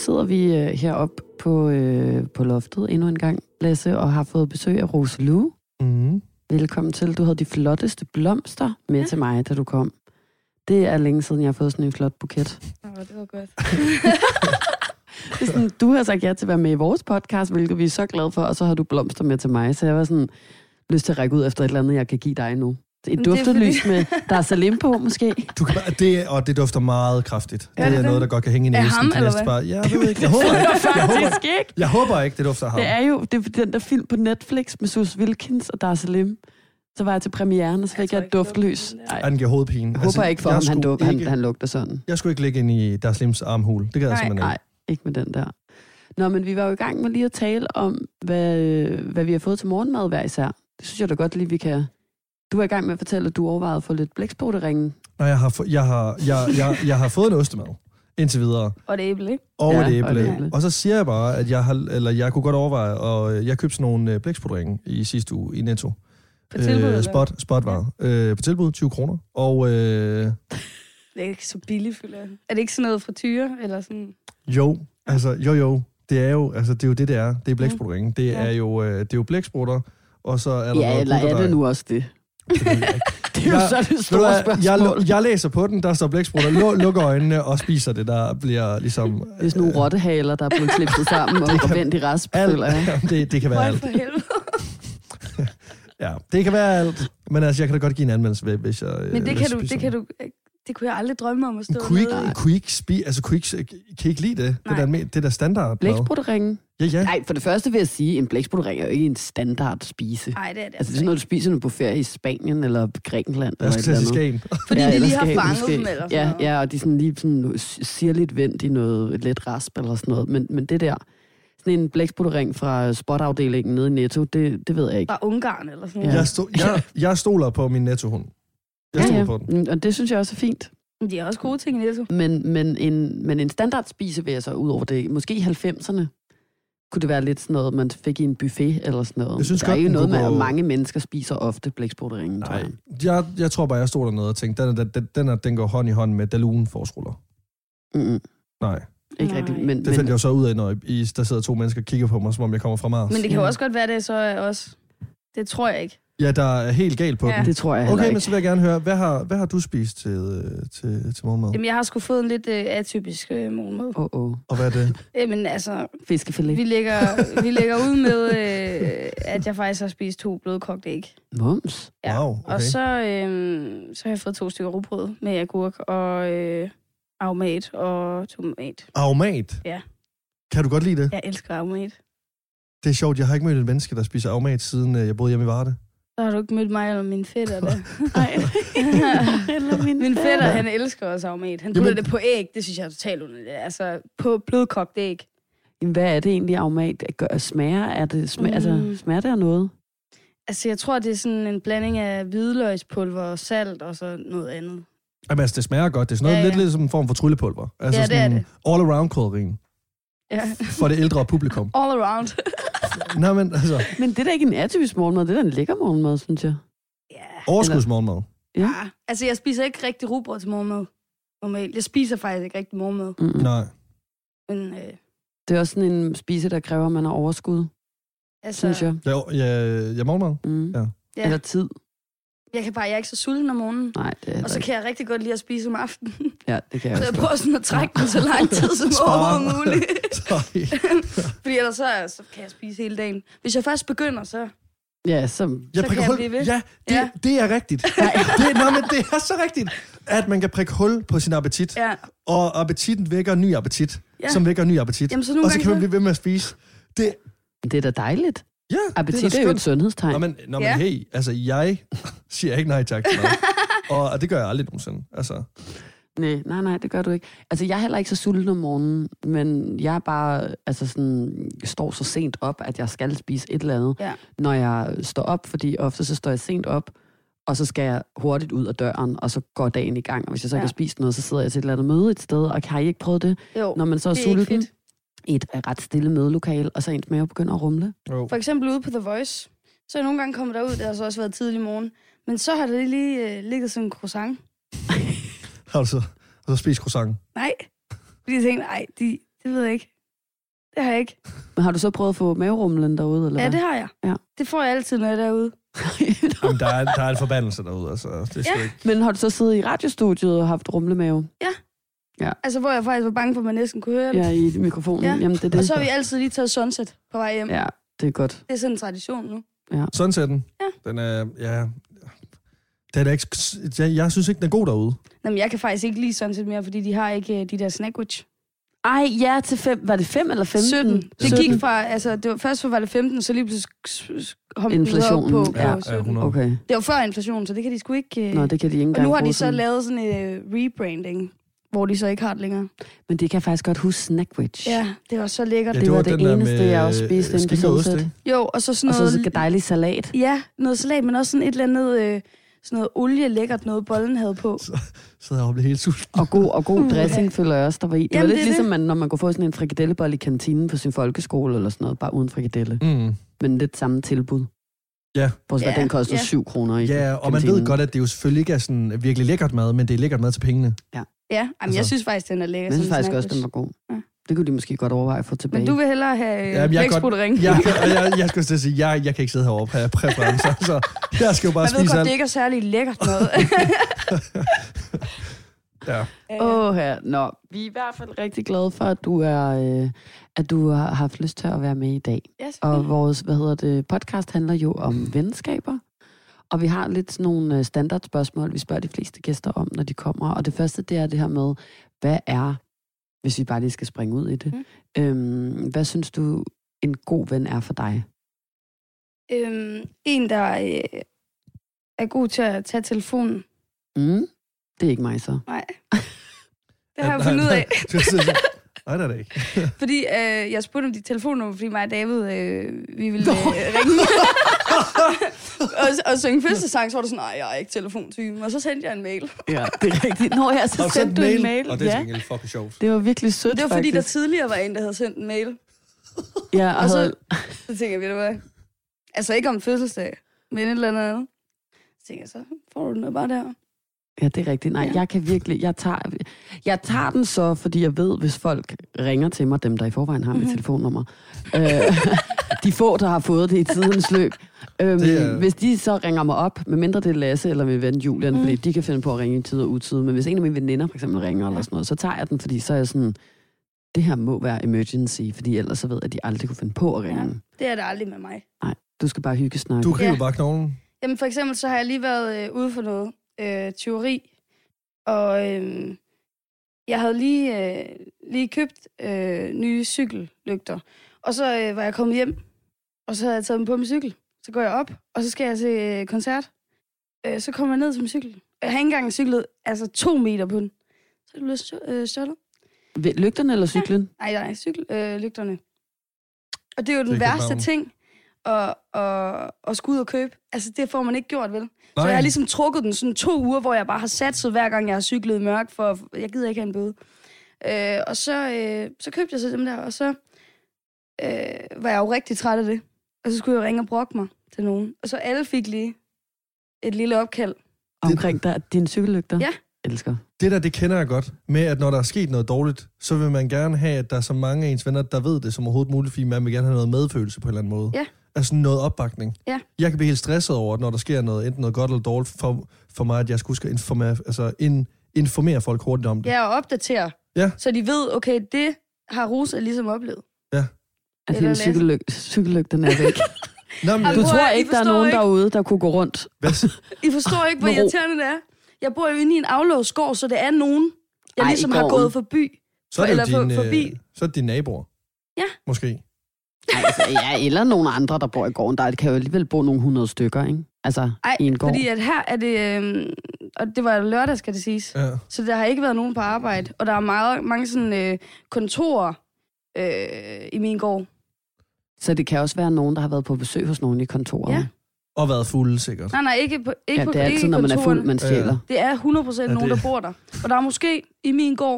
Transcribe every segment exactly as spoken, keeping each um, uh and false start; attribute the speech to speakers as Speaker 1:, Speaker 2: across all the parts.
Speaker 1: sidder vi øh, heroppe på, øh, på loftet endnu en gang, Lasse, og har fået besøg af Rosalou.
Speaker 2: Mm.
Speaker 1: Velkommen til. Du havde de flotteste blomster med ja. til mig, da du kom. Det er længe siden, jeg har fået sådan en flot buket.
Speaker 3: Åh, oh, det var godt.
Speaker 1: Det er sådan, du har sagt ja til at være med i vores podcast, hvilket vi er så glade for, og så har du blomster med til mig, så jeg var sådan lyst til at række ud efter et eller andet, jeg kan give dig nu. Et duftelys fordi... med, der er salim på, måske.
Speaker 2: Du kan, det, og det dufter meget kraftigt.
Speaker 3: Ja,
Speaker 2: det er
Speaker 3: det
Speaker 2: noget, der godt kan hænge i næsen.
Speaker 3: Er ham, eller hvad?
Speaker 2: Bare, ja, jeg ved ikke. Jeg håber ikke. Jeg håber,
Speaker 1: ikke.
Speaker 2: jeg håber ikke, det dufter ham.
Speaker 1: Det er jo det er den der film på Netflix med Sus Wilkins og Dar Salim. Så var jeg til premieren, og så fik jeg, jeg et duftlys.
Speaker 2: Ej, den giver hovedpine.
Speaker 1: Jeg håber altså, ikke for ham, han, du, han, han lugter sådan.
Speaker 2: Jeg skulle ikke ligge ind i Dar Salims armhul. Det gad jeg simpelthen ikke.
Speaker 1: Nej, ikke med den der. Nå, men vi var jo i gang med lige at tale om, hvad, hvad vi har fået til morgenmad hver især. Det synes jeg da godt lige, vi kan... Du var i gang med at fortælle, at du overvejede at få lidt blæksprutteringen.
Speaker 2: Nej, jeg har, få, jeg, har, jeg, jeg, jeg har fået en ostemad indtil videre.
Speaker 3: Og det æble, ikke?
Speaker 2: Og
Speaker 1: ja,
Speaker 2: et æble.
Speaker 1: Og, et æble.
Speaker 2: Og så siger jeg bare, at jeg, har, eller jeg kunne godt overveje, og jeg købte sådan nogle blæksprutteringen i sidste uge i Netto.
Speaker 3: På tilbud?
Speaker 2: Øh, spot, spot var. Ja. Øh, på tilbud, tyve kroner. Og... Øh,
Speaker 3: det er ikke så billigt, føler jeg. Er det ikke sådan noget frityre, eller sådan...
Speaker 2: Jo, altså, jo jo. Det er jo, altså, det er jo det, det er. Det er blæksprutteringen. Det er jo, øh, det er jo blæksprutter, og så er der
Speaker 1: ja,
Speaker 2: noget
Speaker 1: eller er det nu også det? Det, det er jo
Speaker 2: jeg,
Speaker 1: så det store
Speaker 2: jeg,
Speaker 1: spørgsmål.
Speaker 2: Jeg, jeg læser på den, der står blæksprutter, lu, lukker øjnene og spiser det, der bliver ligesom...
Speaker 1: Det er sådan nogle rottehaler, der er blevet klippet sammen og går vendt i rasp, føler jeg.
Speaker 2: Det, det kan være alt.
Speaker 3: For helvede.
Speaker 2: Ja, det kan være alt. Men altså, jeg kan da godt give en anmeldelse, hvis jeg...
Speaker 3: Men det kan du, det kan du... Det kunne jeg aldrig drømme om at stå
Speaker 2: kunne
Speaker 3: med.
Speaker 2: Ikke, kunne I ikke spi, altså, kunne I ikke, kan I ikke lide det? Det der, det der standard.
Speaker 1: Blæksprutterringen?
Speaker 2: Ja, ja.
Speaker 1: Nej, for det første vil jeg sige, en blæksprutterring er jo ikke en standard spise.
Speaker 3: Nej, det er det.
Speaker 1: Altså, det er sådan noget, du spiser, når du er på ferie i Spanien eller
Speaker 2: Jeg
Speaker 1: Grækenland. Eller
Speaker 2: skal til Skagen.
Speaker 3: Fordi
Speaker 1: ja,
Speaker 3: de lige har
Speaker 1: Skagen,
Speaker 3: fanget
Speaker 1: måske.
Speaker 3: dem eller sådan
Speaker 1: ja,
Speaker 3: noget.
Speaker 1: ja, og de sådan lige sådan, siger lidt vendt i noget let rasp eller sådan noget. Men, men det der, sådan en blæksprutterring fra spotafdelingen nede i Netto, det, det ved jeg ikke.
Speaker 3: Fra Ungarn eller sådan noget.
Speaker 2: Ja. Jeg, sto, jeg, jeg stoler på min Netto-hund. Jeg stoler
Speaker 1: ja, ja.
Speaker 2: på den.
Speaker 1: Og det synes jeg også er fint.
Speaker 3: De er også gode ting i Netto.
Speaker 1: Men, men, en, men en standardspise vil jeg så ud over det. Måske i halvfemserne kunne det være lidt sådan noget, man fik i en buffet eller sådan noget.
Speaker 2: Jeg synes
Speaker 1: der
Speaker 2: godt,
Speaker 1: er jo noget med,
Speaker 2: gå...
Speaker 1: at mange mennesker spiser ofte blæksprutterringen, tror jeg.
Speaker 2: jeg. Jeg tror bare, jeg stod dernede og tænkte, den, den, den, er, den går hånd i hånd med Dalun forsruller.
Speaker 1: Mm-hmm.
Speaker 2: Nej.
Speaker 1: Ikke
Speaker 3: Nej.
Speaker 1: rigtigt. Men,
Speaker 2: det fandt men... jeg jo så ud af, når I, der sidder to mennesker og kigger på mig, som om jeg kommer fra Mars.
Speaker 3: Men det kan jo også godt være, det så er også... Det tror jeg ikke.
Speaker 2: Ja, der er helt galt på
Speaker 3: ja.
Speaker 2: den.
Speaker 1: Det tror jeg heller
Speaker 2: Okay,
Speaker 1: ikke.
Speaker 2: men så vil jeg gerne høre, hvad har, hvad har du spist til, til, til morgenmad?
Speaker 3: Jamen, jeg har sgu fået en lidt øh, atypisk øh, morgenmad.
Speaker 1: Åh, oh, oh.
Speaker 2: Og hvad er det?
Speaker 3: Jamen, altså...
Speaker 1: Fiskefilet.
Speaker 3: Vi lægger, vi lægger ud med, øh, at jeg faktisk har spist to blødkogte æg.
Speaker 1: Mums.
Speaker 3: Ja.
Speaker 2: Wow, okay.
Speaker 3: Og så, øh, så har jeg fået to stykker rugbrød med agurk og øh, aromat og tomat.
Speaker 2: Aromat?
Speaker 3: Ja.
Speaker 2: Kan du godt lide det?
Speaker 3: Jeg elsker aromat.
Speaker 2: Det er sjovt, jeg har ikke mødt et menneske, der spiser aromat, siden jeg boede hjemme i Varde.
Speaker 3: Så har du ikke mødt mig eller min fætter, da.
Speaker 1: Nej. eller min,
Speaker 3: min fætter, han elsker også aromat. Han putter det på æg, det synes jeg er totalt underligt. Altså, på blødkogt æg.
Speaker 1: Hvad er det egentlig, aromat? Gør, smager, er det, smager, mm. altså, smager det af noget?
Speaker 3: Altså, jeg tror, det er sådan en blanding af hvidløgspulver og salt og så noget andet.
Speaker 2: Jamen, altså, det smager godt. Det er sådan noget ja, ja. lidt, lidt som en form for tryllepulver. Altså
Speaker 3: ja, det er det.
Speaker 2: All-around-krydderi.
Speaker 3: Ja.
Speaker 2: For det ældre publikum.
Speaker 3: All around.
Speaker 2: Nå, men altså...
Speaker 1: Men det er da ikke en atypisk morgenmad, det er da en lækker morgenmad, synes jeg.
Speaker 3: Ja.
Speaker 2: Overskudsmorgenmad.
Speaker 1: Ja.
Speaker 3: ja. Altså, jeg spiser ikke rigtig rugbrød til morgenmad. Normalt. Jeg spiser faktisk ikke rigtig morgenmad.
Speaker 1: Mm-hmm.
Speaker 2: Nej.
Speaker 3: Men, øh...
Speaker 1: det er også sådan en spise, der kræver, at man har overskud, altså... synes jeg.
Speaker 2: Ja, ja, ja morgenmad.
Speaker 1: Mm.
Speaker 2: Ja.
Speaker 3: Ja.
Speaker 1: Eller tid.
Speaker 3: Jeg kan bare, jeg er ikke så sulten om morgenen.
Speaker 1: Nej, det er
Speaker 3: og så
Speaker 1: ikke.
Speaker 3: kan jeg rigtig godt lide at spise om aftenen.
Speaker 1: Ja, det kan jeg
Speaker 3: så
Speaker 1: også.
Speaker 3: jeg prøver sådan at trække den så lang tid som overhovedet muligt. Fordi ellers så, så kan jeg spise hele dagen. Hvis jeg først begynder, så...
Speaker 1: Ja, så,
Speaker 3: så kan jeg
Speaker 2: hul.
Speaker 3: blive ved.
Speaker 2: Ja, det, ja. det er rigtigt. det, nå, men det er så rigtigt, at man kan prikke hul på sin appetit.
Speaker 3: Ja.
Speaker 2: Og appetitten vækker ny appetit,
Speaker 3: ja.
Speaker 2: som vækker ny appetit.
Speaker 3: Jamen, så
Speaker 2: og så kan man blive ved med at spise. Det,
Speaker 1: det er da dejligt.
Speaker 2: Ja,
Speaker 1: appetit
Speaker 2: det er,
Speaker 1: er jo et sundhedstegn.
Speaker 2: Nå, men, nå, men
Speaker 3: ja.
Speaker 2: hey, altså jeg siger ikke nej tak til noget. og, og det gør jeg aldrig nogensinde. Altså...
Speaker 1: Nej, nej, nej, det gør du ikke. Altså, jeg er heller ikke så sulten om morgenen, men jeg er bare, altså sådan, står så sent op, at jeg skal spise et eller andet,
Speaker 3: ja.
Speaker 1: når jeg står op, fordi ofte så står jeg sent op, og så skal jeg hurtigt ud af døren, og så går dagen i gang. Og hvis jeg så ikke ja. har spist noget, så sidder jeg til et eller andet møde et sted, og har I ikke prøvet det?
Speaker 3: Jo,
Speaker 1: når man så er, er sulten, et ret stille mødelokale, og så ens mave begynder at rumle.
Speaker 2: Jo.
Speaker 3: For eksempel ude på The Voice, så er jeg nogle gange kommet derud, det har så også været tidlig morgen, men så har det lige uh, ligget sådan en croissant.
Speaker 2: Har du så, har du spist croissant?
Speaker 3: Nej, fordi jeg tænkte, nej, de, det ved jeg ikke. det har jeg ikke.
Speaker 1: Men har du så prøvet at få maverumlen derude, eller
Speaker 3: Ja,
Speaker 1: hvad?
Speaker 3: det har jeg.
Speaker 1: Ja.
Speaker 3: Det får jeg altid, når jeg er derude.
Speaker 2: Jamen, der, er, der er en forbandelse derude, altså. Det skal
Speaker 3: Ja.
Speaker 2: ikke.
Speaker 1: Men har du så siddet i radiostudiet og haft rumlemave?
Speaker 3: Altså, hvor jeg faktisk var bange for, at man næsten kunne høre det.
Speaker 1: Ja, i mikrofonen.
Speaker 3: Ja.
Speaker 1: Jamen, det er det.
Speaker 3: Og så har vi altid lige taget Sunset på vej hjem.
Speaker 1: Ja, det er godt.
Speaker 3: Det er sådan en tradition nu.
Speaker 2: Sunsetten,
Speaker 3: Ja.
Speaker 2: den er, ja... Den er ikke, jeg, jeg synes ikke, den er god derude.
Speaker 3: Jamen, jeg kan faktisk ikke lide Sunset mere, fordi de har ikke uh, de der snackwich.
Speaker 1: Ej, ja, til fem. Var det fem eller femten?
Speaker 3: sytten. Det
Speaker 1: sytten.
Speaker 3: gik fra, altså, det var, først var det femten, så lige pludselig hoppede den videre
Speaker 1: Inflationen,
Speaker 3: op på,
Speaker 2: ja,
Speaker 3: på
Speaker 2: ja,
Speaker 3: sytten.
Speaker 2: hundrede.
Speaker 1: Okay.
Speaker 3: Det var før inflationen, så det kan de sgu ikke... Uh...
Speaker 1: Nå, det kan de ikke
Speaker 3: Og
Speaker 1: engang
Speaker 3: nu har
Speaker 1: bruge
Speaker 3: de så
Speaker 1: sådan.
Speaker 3: lavet sådan en uh, rebranding, hvor de så ikke har det længere.
Speaker 1: Men det kan jeg faktisk godt huske Snackwich.
Speaker 3: Ja, det var så lækkert.
Speaker 2: Ja,
Speaker 1: det var det
Speaker 2: den der
Speaker 1: eneste,
Speaker 2: med,
Speaker 1: jeg også spiste
Speaker 2: øh,
Speaker 1: inde på
Speaker 2: skinke og ost,
Speaker 1: Sunset.
Speaker 2: ikke?
Speaker 3: Jo, og så sådan
Speaker 1: Og så
Speaker 3: noget...
Speaker 1: sådan dejlig salat.
Speaker 3: Ja, noget salat, men også sådan et eller andet... Øh, sådan noget olie lækkert, noget bollen havde på.
Speaker 2: Så sidder jeg og bliver helt sulten.
Speaker 1: Og god, og god dressing, føler jeg også, der var i. Det var
Speaker 3: Jamen,
Speaker 1: lidt
Speaker 3: det er
Speaker 1: ligesom,
Speaker 3: det.
Speaker 1: man, når man kunne få sådan en frikadellebolle i kantinen på sin folkeskole, eller sådan noget, bare uden frikadelle.
Speaker 2: Mm.
Speaker 1: Men lidt samme tilbud.
Speaker 2: Ja.
Speaker 1: Bortset fra,
Speaker 3: Ja,
Speaker 1: den kostede
Speaker 3: ja.
Speaker 1: syv kroner i
Speaker 2: Ja, og man
Speaker 1: kantinen.
Speaker 2: ved godt, at det jo selvfølgelig ikke er sådan virkelig lækkert mad, men det er lækkert mad til pengene.
Speaker 3: Ja, jamen,
Speaker 2: Altså-
Speaker 3: jeg synes faktisk, den er lækker.
Speaker 1: Men jeg synes
Speaker 3: sådan en
Speaker 1: faktisk også, den var
Speaker 3: sandwich.
Speaker 1: god.
Speaker 3: Ja.
Speaker 1: Det kunne de måske godt overveje at få tilbage.
Speaker 3: Men du vil hellere have
Speaker 2: Jamen,
Speaker 3: øh,
Speaker 2: jeg er godt-
Speaker 3: blæksprutering.
Speaker 2: Jeg, jeg, jeg, jeg skulle til at sige, jeg, jeg kan ikke sidde heroppe og have præferencer, så jeg skal jo bare
Speaker 3: Man ved
Speaker 2: spise
Speaker 3: godt,
Speaker 2: alt.
Speaker 3: det ikke er særlig lækkert noget.
Speaker 2: Ja.
Speaker 1: Åh, oh, her. Nå, vi er i hvert fald rigtig glade for, at du er, øh, at du har haft lyst til at være med i dag.
Speaker 3: Ja,
Speaker 1: Og vores, hvad hedder det, podcast handler jo om venskaber. Og vi har lidt sådan nogle øh, standardspørgsmål, vi spørger de fleste gæster om, når de kommer. Og det første, det er det her med, hvad er, hvis vi bare lige skal springe ud i det, mm. øhm, hvad synes du, en god ven er for dig?
Speaker 3: øhm, en, der øh, er god til at tage telefonen.
Speaker 1: Mm? Det er ikke mig så.
Speaker 3: Nej. Det har jeg fundet ud af.
Speaker 2: Nej, det er det ikke.
Speaker 3: Fordi øh, jeg spurgte om dit telefonnummer, fordi mig og David, øh, vi ville øh, ringe og, og synge fødselsang, så var du sådan, nej, jeg er ikke telefontypen. Og så sendte jeg en mail.
Speaker 1: Ja, det er rigtigt. Nå ja, så
Speaker 2: Har du
Speaker 1: sendte du en mail.
Speaker 2: Og det er
Speaker 1: Ja,
Speaker 2: egentlig fucking sjovt.
Speaker 1: det var virkelig sødt,
Speaker 3: Det var fordi, der
Speaker 1: faktisk.
Speaker 3: tidligere var en, der havde sendt en mail.
Speaker 1: Ja, og,
Speaker 3: Og så,
Speaker 1: havde-
Speaker 3: så tænkte jeg, ved du hvad? Altså ikke om fødselsdag, men et eller andet andet. Så tænkte jeg, så får du den bare der.
Speaker 1: Ja, det er rigtigt. Nej,
Speaker 3: Ja.
Speaker 1: jeg kan virkelig... Jeg tager, jeg tager den så, fordi jeg ved, hvis folk ringer til mig, dem der i forvejen har mit
Speaker 3: Mhm.
Speaker 1: telefonnummer, øh, de få, der har fået det i tidens løb, øhm,
Speaker 2: Det er-
Speaker 1: hvis de så ringer mig op, medmindre det er Lasse eller min ven Julian,
Speaker 3: Mhm.
Speaker 1: fordi de kan finde på at ringe i tid og utid, men hvis en af mine veninder for eksempel ringer eller sådan noget, så tager jeg den, fordi så er jeg sådan, det her må være emergency, fordi ellers så ved jeg, at de aldrig kunne finde på at ringe.
Speaker 3: Ja.
Speaker 1: Ja.
Speaker 3: Det er det aldrig med mig.
Speaker 1: Nej, du skal bare hygge snakke.
Speaker 2: Du river
Speaker 3: Ja.
Speaker 2: bare knoglen.
Speaker 3: Jamen for eksempel, så har jeg lige været øh, ude for noget øh, teori, og øh, jeg havde lige, øh, lige købt øh, nye cykellygter, og så øh, var jeg kommet hjem, og så havde jeg taget dem på min cykel. Så går jeg op, og så skal jeg til øh, koncert. Øh, så kommer jeg ned til min cykel. Jeg har ikke engang cyklet altså to meter på den. Så er det blevet stjå- øh, stjålet.
Speaker 1: Ved- Lygterne eller cyklen?
Speaker 3: Nej, nej, cykellygterne. Øh, lygterne. og det er jo den
Speaker 2: Det er
Speaker 3: værste
Speaker 2: København.
Speaker 3: ting at, at, at skulle ud og købe. Altså, det får man ikke gjort, vel?
Speaker 2: Nej.
Speaker 3: Så jeg har ligesom trukket den sådan to uger, hvor jeg bare har satset hver gang, jeg har cyklet i mørk, for jeg gider ikke have en bøde. Øh, og så, øh, så købte jeg så dem der, og så øh, var jeg jo rigtig træt af det. Og så skulle jeg ringe og brokke mig til nogen. Og så alle fik lige et lille opkald.
Speaker 1: Omkring der, dine cykellygter?
Speaker 3: Ja.
Speaker 1: Elsker.
Speaker 2: Det der, det kender jeg godt, med at når der er sket noget dårligt, så vil man gerne have, at der er så mange af ens venner, der ved det som overhovedet muligt, fordi man vil gerne have noget medfølelse på en eller anden måde.
Speaker 3: Ja.
Speaker 2: Altså noget opbakning.
Speaker 3: Ja.
Speaker 2: Jeg kan blive helt stresset over, at når der sker noget, enten noget godt eller dårligt, for, for mig, at jeg skulle huske at informere, altså in, informere folk hurtigt om det.
Speaker 3: Ja, og opdatere.
Speaker 2: Ja.
Speaker 3: Så de ved, okay, det har Rosa ligesom oplevet.
Speaker 1: At
Speaker 3: Eller
Speaker 1: dine
Speaker 3: Lasse.
Speaker 1: cykellyg- cykellygterne er væk.
Speaker 2: Nå, men,
Speaker 3: Ej,
Speaker 1: Du
Speaker 3: Prøv
Speaker 1: tror
Speaker 3: at- I
Speaker 1: ikke, der er
Speaker 3: forstår
Speaker 1: nogen
Speaker 3: ikke.
Speaker 1: derude, der kunne gå rundt?
Speaker 2: hvad,
Speaker 3: I forstår ikke, hvor
Speaker 1: Med ro.
Speaker 3: irriterende det er. Jeg bor jo inde i en aflåst gård, så det er nogen, jeg
Speaker 1: Ej,
Speaker 3: ligesom
Speaker 1: i
Speaker 3: har
Speaker 1: gården.
Speaker 3: gået forbi.
Speaker 2: så er det
Speaker 3: Eller
Speaker 2: jo
Speaker 3: for-
Speaker 2: din,
Speaker 3: forbi.
Speaker 2: øh, så er det dine naboer.
Speaker 3: Ja.
Speaker 2: Måske.
Speaker 1: Ej, altså, ja, eller nogle andre, der bor i gården. Der kan jo alligevel bo nogle hundrede stykker, ikke? Altså,
Speaker 3: Ej,
Speaker 1: i en gård.
Speaker 3: fordi at her er det... Øhm, og det var lørdag, skal det siges.
Speaker 2: Ja.
Speaker 3: Så der har ikke været nogen på arbejde. Og der er meget, mange sådan, øh, kontorer øh, i min gård.
Speaker 1: Så det kan også være nogen, der har været på besøg hos nogen i kontoret.
Speaker 3: Ja.
Speaker 2: Og været fulde, sikkert.
Speaker 3: Nej, nej, ikke på ikke
Speaker 1: Ja,
Speaker 3: på
Speaker 1: det er
Speaker 3: ikke
Speaker 1: altid, når man er
Speaker 3: kontorerne.
Speaker 1: fuld, man
Speaker 2: Ja.
Speaker 1: stjæler.
Speaker 3: Det er hundrede procent
Speaker 2: Ja,
Speaker 3: nogen,
Speaker 2: det-
Speaker 3: der bor der. Og der er måske i min gård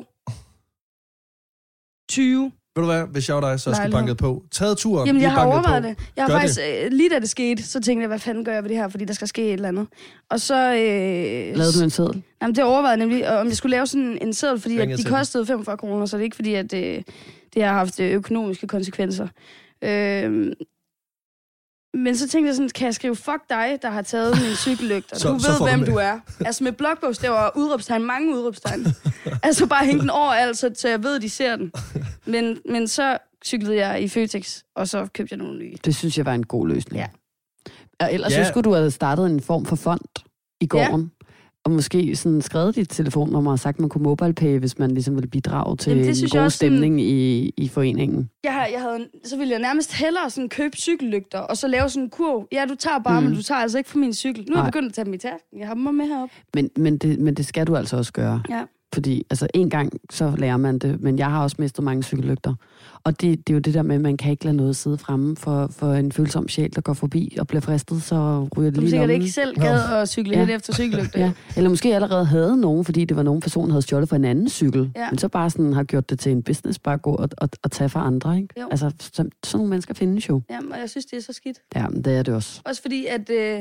Speaker 3: tyve.
Speaker 2: Ved du hvad, hvis jeg var dig, så skulle
Speaker 3: Lejligheder.
Speaker 2: banket på. Taget turen,
Speaker 3: Jamen,
Speaker 2: lige
Speaker 3: jeg har
Speaker 2: banket
Speaker 3: overvejet
Speaker 2: på.
Speaker 3: det. Jeg har
Speaker 2: Gør
Speaker 3: faktisk, øh, lige da det skete, så tænkte jeg, hvad fanden gør jeg ved det her, fordi der skal ske et eller andet. Og så... Øh,
Speaker 1: Lavede du en seddel?
Speaker 3: Jamen, det overvejede jeg nemlig, om jeg skulle lave sådan en seddel, fordi at
Speaker 2: Ringede
Speaker 3: de
Speaker 2: til dem.
Speaker 3: kostede femogfyrre kroner, så det er ikke fordi, at øh, det det har haft økonomiske konsekvenser. Øh, men så tænkte jeg sådan, kan jeg skrive, fuck dig, der har taget min cykellygter.
Speaker 2: Så-
Speaker 3: Du
Speaker 2: så
Speaker 3: ved,
Speaker 2: får du
Speaker 3: hvem
Speaker 2: med.
Speaker 3: du er. Altså med blokbogstaver og udråbstegn, mange udråbstegn. Altså bare hænge den over, altså, så jeg ved, de ser den. Men, men så cyklede jeg i Føtex, og så købte jeg nogle nye.
Speaker 1: Det synes jeg var en god løsning.
Speaker 3: Ja.
Speaker 1: Og ellers
Speaker 2: Ja.
Speaker 1: så skulle du have startet en form for fond i gården. Ja. Og måske sådan skrevet dit telefonnummer og sagt, at man kunne MobilePay, hvis man ligesom ville bidrage til
Speaker 3: Jamen, det
Speaker 1: en
Speaker 3: synes jeg
Speaker 1: god
Speaker 3: også sådan-
Speaker 1: stemning i, i foreningen.
Speaker 3: Jeg, har, jeg havde, så ville jeg nærmest hellere sådan købe cykellygter, og så lave sådan en kurv. Ja, du tager bare, mm. men du tager altså ikke fra min cykel. Nu er jeg
Speaker 1: Nej.
Speaker 3: begyndt at tage dem i tasken. Jeg har dem med herop.
Speaker 1: Men, men, det, men det skal du altså også gøre.
Speaker 3: Ja.
Speaker 1: Fordi altså, en gang, så lærer man det, men jeg har også mistet mange cykellygter. Og det, det er jo det der med, at man kan ikke lade noget sidde fremme for, for en følsom sjæl, der går forbi og bliver fristet, så ryger det
Speaker 3: Du
Speaker 1: lige i
Speaker 3: sikkert
Speaker 1: lommen.
Speaker 3: ikke selv gad at cykle
Speaker 1: Ja.
Speaker 3: ja. efter cykellygter.
Speaker 1: Ja. Eller måske allerede havde nogen, fordi det var nogen person, der havde stjålet for en anden cykel.
Speaker 3: Ja.
Speaker 1: Men så bare sådan har gjort det til en business, bare gå og, og, og tage fra andre. Ikke?
Speaker 3: Jo.
Speaker 1: Altså, så, sådan nogle mennesker findes jo.
Speaker 3: Jamen, og jeg synes, det er så skidt.
Speaker 1: Ja, men det er det også.
Speaker 3: Også fordi, at øh,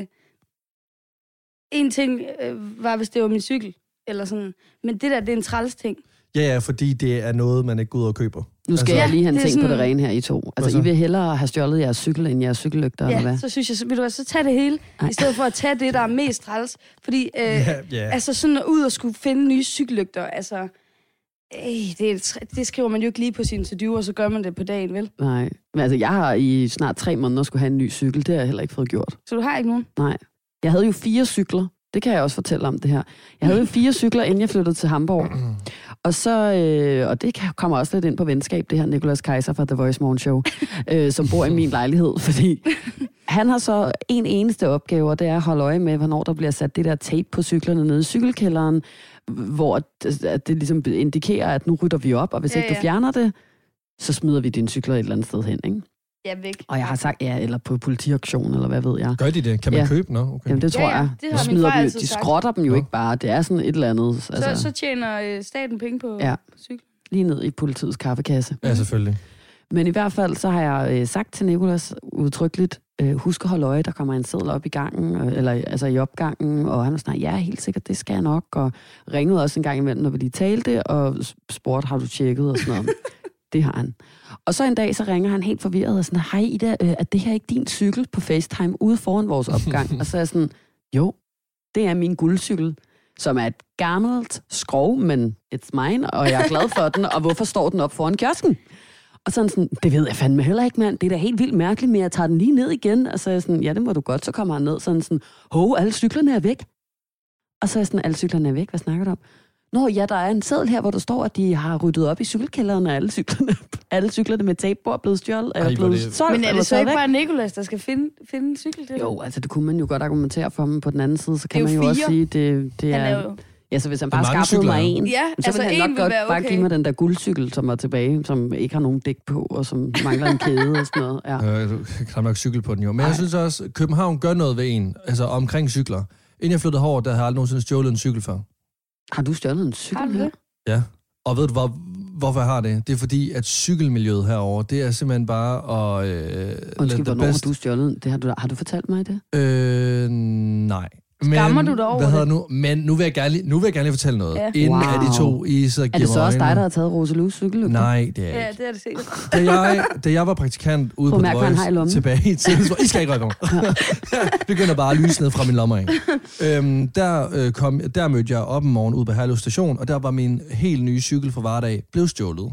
Speaker 3: en ting øh, var, hvis det var min cykel, eller sådan. Men det der, det er en træls ting.
Speaker 2: Ja, ja, fordi det er noget, man ikke går ud og køber.
Speaker 1: Nu skal
Speaker 2: Altså-
Speaker 1: jeg lige have en
Speaker 3: det er
Speaker 1: ting på
Speaker 3: sådan-
Speaker 1: det rene her, I to.
Speaker 2: Hvad
Speaker 1: Altså,
Speaker 2: så?
Speaker 1: I vil hellere have stjålet jeres cykel, end jeres cykellygter, eller
Speaker 3: Ja,
Speaker 1: hvad?
Speaker 3: så synes jeg, så, ved du hvad, så tag det hele,
Speaker 1: Ej.
Speaker 3: i stedet for at tage det, der er mest træls. Fordi, øh,
Speaker 2: Ja, ja.
Speaker 3: altså sådan at ud og skulle finde nye cykellygter, altså, øh, det, er, tr- det skriver man jo ikke lige på sin to-do, og så gør man det på dagen, vel?
Speaker 1: Nej. Men altså, jeg har i snart tre måneder skulle have en ny cykel. Det har jeg heller ikke fået gjort.
Speaker 3: Så du har ikke nogen?
Speaker 1: Nej. Jeg havde jo fire cykler. Det kan jeg også fortælle om det her. Jeg havde jo fire cykler, inden jeg flyttede til Hamburg. Og så, øh, og det kan- kommer også lidt ind på venskab, det her Nicolas Kaiser fra The Voice Morning Show, øh, som bor i min lejlighed, fordi han har så en eneste opgave, og det er at holde øje med, hvornår der bliver sat det der tape på cyklerne nede i cykelkælderen, hvor det, at det ligesom indikerer, at nu rydder vi op, og hvis
Speaker 3: Ja,
Speaker 1: ikke du
Speaker 3: ja.
Speaker 1: fjerner det, så smider vi dine cykler et eller andet sted hen, ikke?
Speaker 3: Ja, væk.
Speaker 1: Og jeg har sagt, ja, eller på politiauktion, eller hvad ved jeg.
Speaker 2: Gør de det? Kan man
Speaker 1: Ja.
Speaker 2: købe? Nå, okay.
Speaker 1: Jamen det tror
Speaker 3: Ja, ja,
Speaker 1: jeg.
Speaker 3: det
Speaker 1: De
Speaker 3: har min
Speaker 1: smider
Speaker 3: far
Speaker 1: dem, jo-
Speaker 3: altid
Speaker 1: de
Speaker 3: sagt.
Speaker 1: skrotter dem jo
Speaker 2: Nå.
Speaker 1: ikke bare. Det er sådan et eller andet,
Speaker 3: Så,
Speaker 1: altså
Speaker 3: så tjener øh, staten penge på,
Speaker 1: Ja.
Speaker 3: på cyklen.
Speaker 1: lige ned i politiets kaffekasse.
Speaker 2: Ja, selvfølgelig.
Speaker 1: Men i hvert fald, så har jeg øh, sagt til Nicolas udtrykkeligt, øh, husk at holde øje, der kommer en seddel op i gangen, øh, eller altså i opgangen, og han var sådan, ja, helt sikkert, det skal jeg nok, og ringede også en gang imellem, når vi lige talte, og spurgte, har du tjekket, og sådan noget. Det har han. Og så en dag, så ringer han helt forvirret, og sådan, hej Ida, øh, er det her ikke din cykel på FaceTime ude foran vores opgang? Og så er jeg sådan, jo, det er min guldcykel, som er et gammelt skrov, men it's mine, og jeg er glad for den, og hvorfor står den op foran kiosken? Og sådan sådan, det ved jeg fandme heller ikke, mand. Det er da helt vildt mærkeligt, men jeg tager den lige ned igen. Og så er jeg sådan, ja, det må du godt. Så kommer han ned sådan sådan, hov, alle cyklerne er væk. Og så er jeg sådan, alle cyklerne er væk, hvad snakker du om? Nå ja, der er en seddel her, hvor der står, at de har ryddet op i cykelkælderen, og alle cyklerne, alle cyklerne med tape på er blevet stjålet,
Speaker 2: Ej,
Speaker 1: er
Speaker 2: hvor
Speaker 1: blevet
Speaker 2: det-
Speaker 1: solgt,
Speaker 3: Men er
Speaker 1: eller
Speaker 3: det så
Speaker 1: taget
Speaker 3: ikke
Speaker 1: væk.
Speaker 3: bare Nicolas, der skal finde, finde en cykel til?
Speaker 1: Jo, altså det kunne man jo godt argumentere for, men på den anden side, så kan
Speaker 3: Det er
Speaker 1: man
Speaker 3: jo
Speaker 1: jo også
Speaker 3: fire.
Speaker 1: sige, det, det
Speaker 3: Han
Speaker 1: er...
Speaker 3: er jo...
Speaker 1: Ja, så hvis han
Speaker 2: Hvor
Speaker 1: bare
Speaker 2: mange
Speaker 1: skaffede
Speaker 2: cykler
Speaker 1: mig
Speaker 2: er der?
Speaker 1: en,
Speaker 3: Ja,
Speaker 1: så
Speaker 3: altså
Speaker 1: ville han
Speaker 3: en
Speaker 1: nok
Speaker 3: vil
Speaker 1: godt
Speaker 3: være
Speaker 1: bare
Speaker 3: okay.
Speaker 1: give mig den der guldcykel, som var tilbage, som ikke har nogen dæk på, og som mangler en kæde og sådan noget. Ja.
Speaker 2: Øh, du kan nok cykel på den jo. Men
Speaker 1: Ej.
Speaker 2: jeg synes også, at København gør noget ved en, altså omkring cykler. Inden jeg flyttede herover, der har jeg aldrig nogensinde stjålet en cykel før.
Speaker 1: Har du stjålet en cykel
Speaker 3: Har du
Speaker 1: her?
Speaker 3: det?
Speaker 2: Ja. Og ved du, hvor, hvorfor jeg har det? Det er fordi, at cykelmiljøet herover, det er simpelthen bare at... Øh,
Speaker 1: Undskyld,
Speaker 2: let the
Speaker 1: hvornår har
Speaker 2: best-
Speaker 1: du stjålet? Det har, du, har du fortalt mig det?
Speaker 2: Øh, nej.
Speaker 3: Skammer du dig over
Speaker 2: hvad hedder
Speaker 3: det?
Speaker 2: nu? Men nu vil jeg gerne lige, nu vil jeg gerne lige fortælle noget.
Speaker 3: Ja.
Speaker 2: Inden
Speaker 1: Wow.
Speaker 2: at de to, I sidder og
Speaker 1: Er
Speaker 2: giver
Speaker 1: det så
Speaker 2: mig
Speaker 1: også dig,
Speaker 2: øjnene.
Speaker 1: der har taget Rosalus cykel?
Speaker 2: Nej, det er jeg
Speaker 3: Ja,
Speaker 2: ikke.
Speaker 3: det er det sikkert.
Speaker 2: Da jeg, da jeg var praktikant ude
Speaker 1: Prøv
Speaker 2: på
Speaker 1: at
Speaker 2: The
Speaker 1: mærke, hvad han har i
Speaker 2: Voice
Speaker 1: lommen.
Speaker 2: tilbage i tiden, så I skal ikke røre mig. Begynder bare at lyse ned fra min lommer af. Øhm, der, øh, kom, der mødte jeg op en morgen ude på Herlev Station, og der var min helt nye cykel fra Vardag blevet stjålet.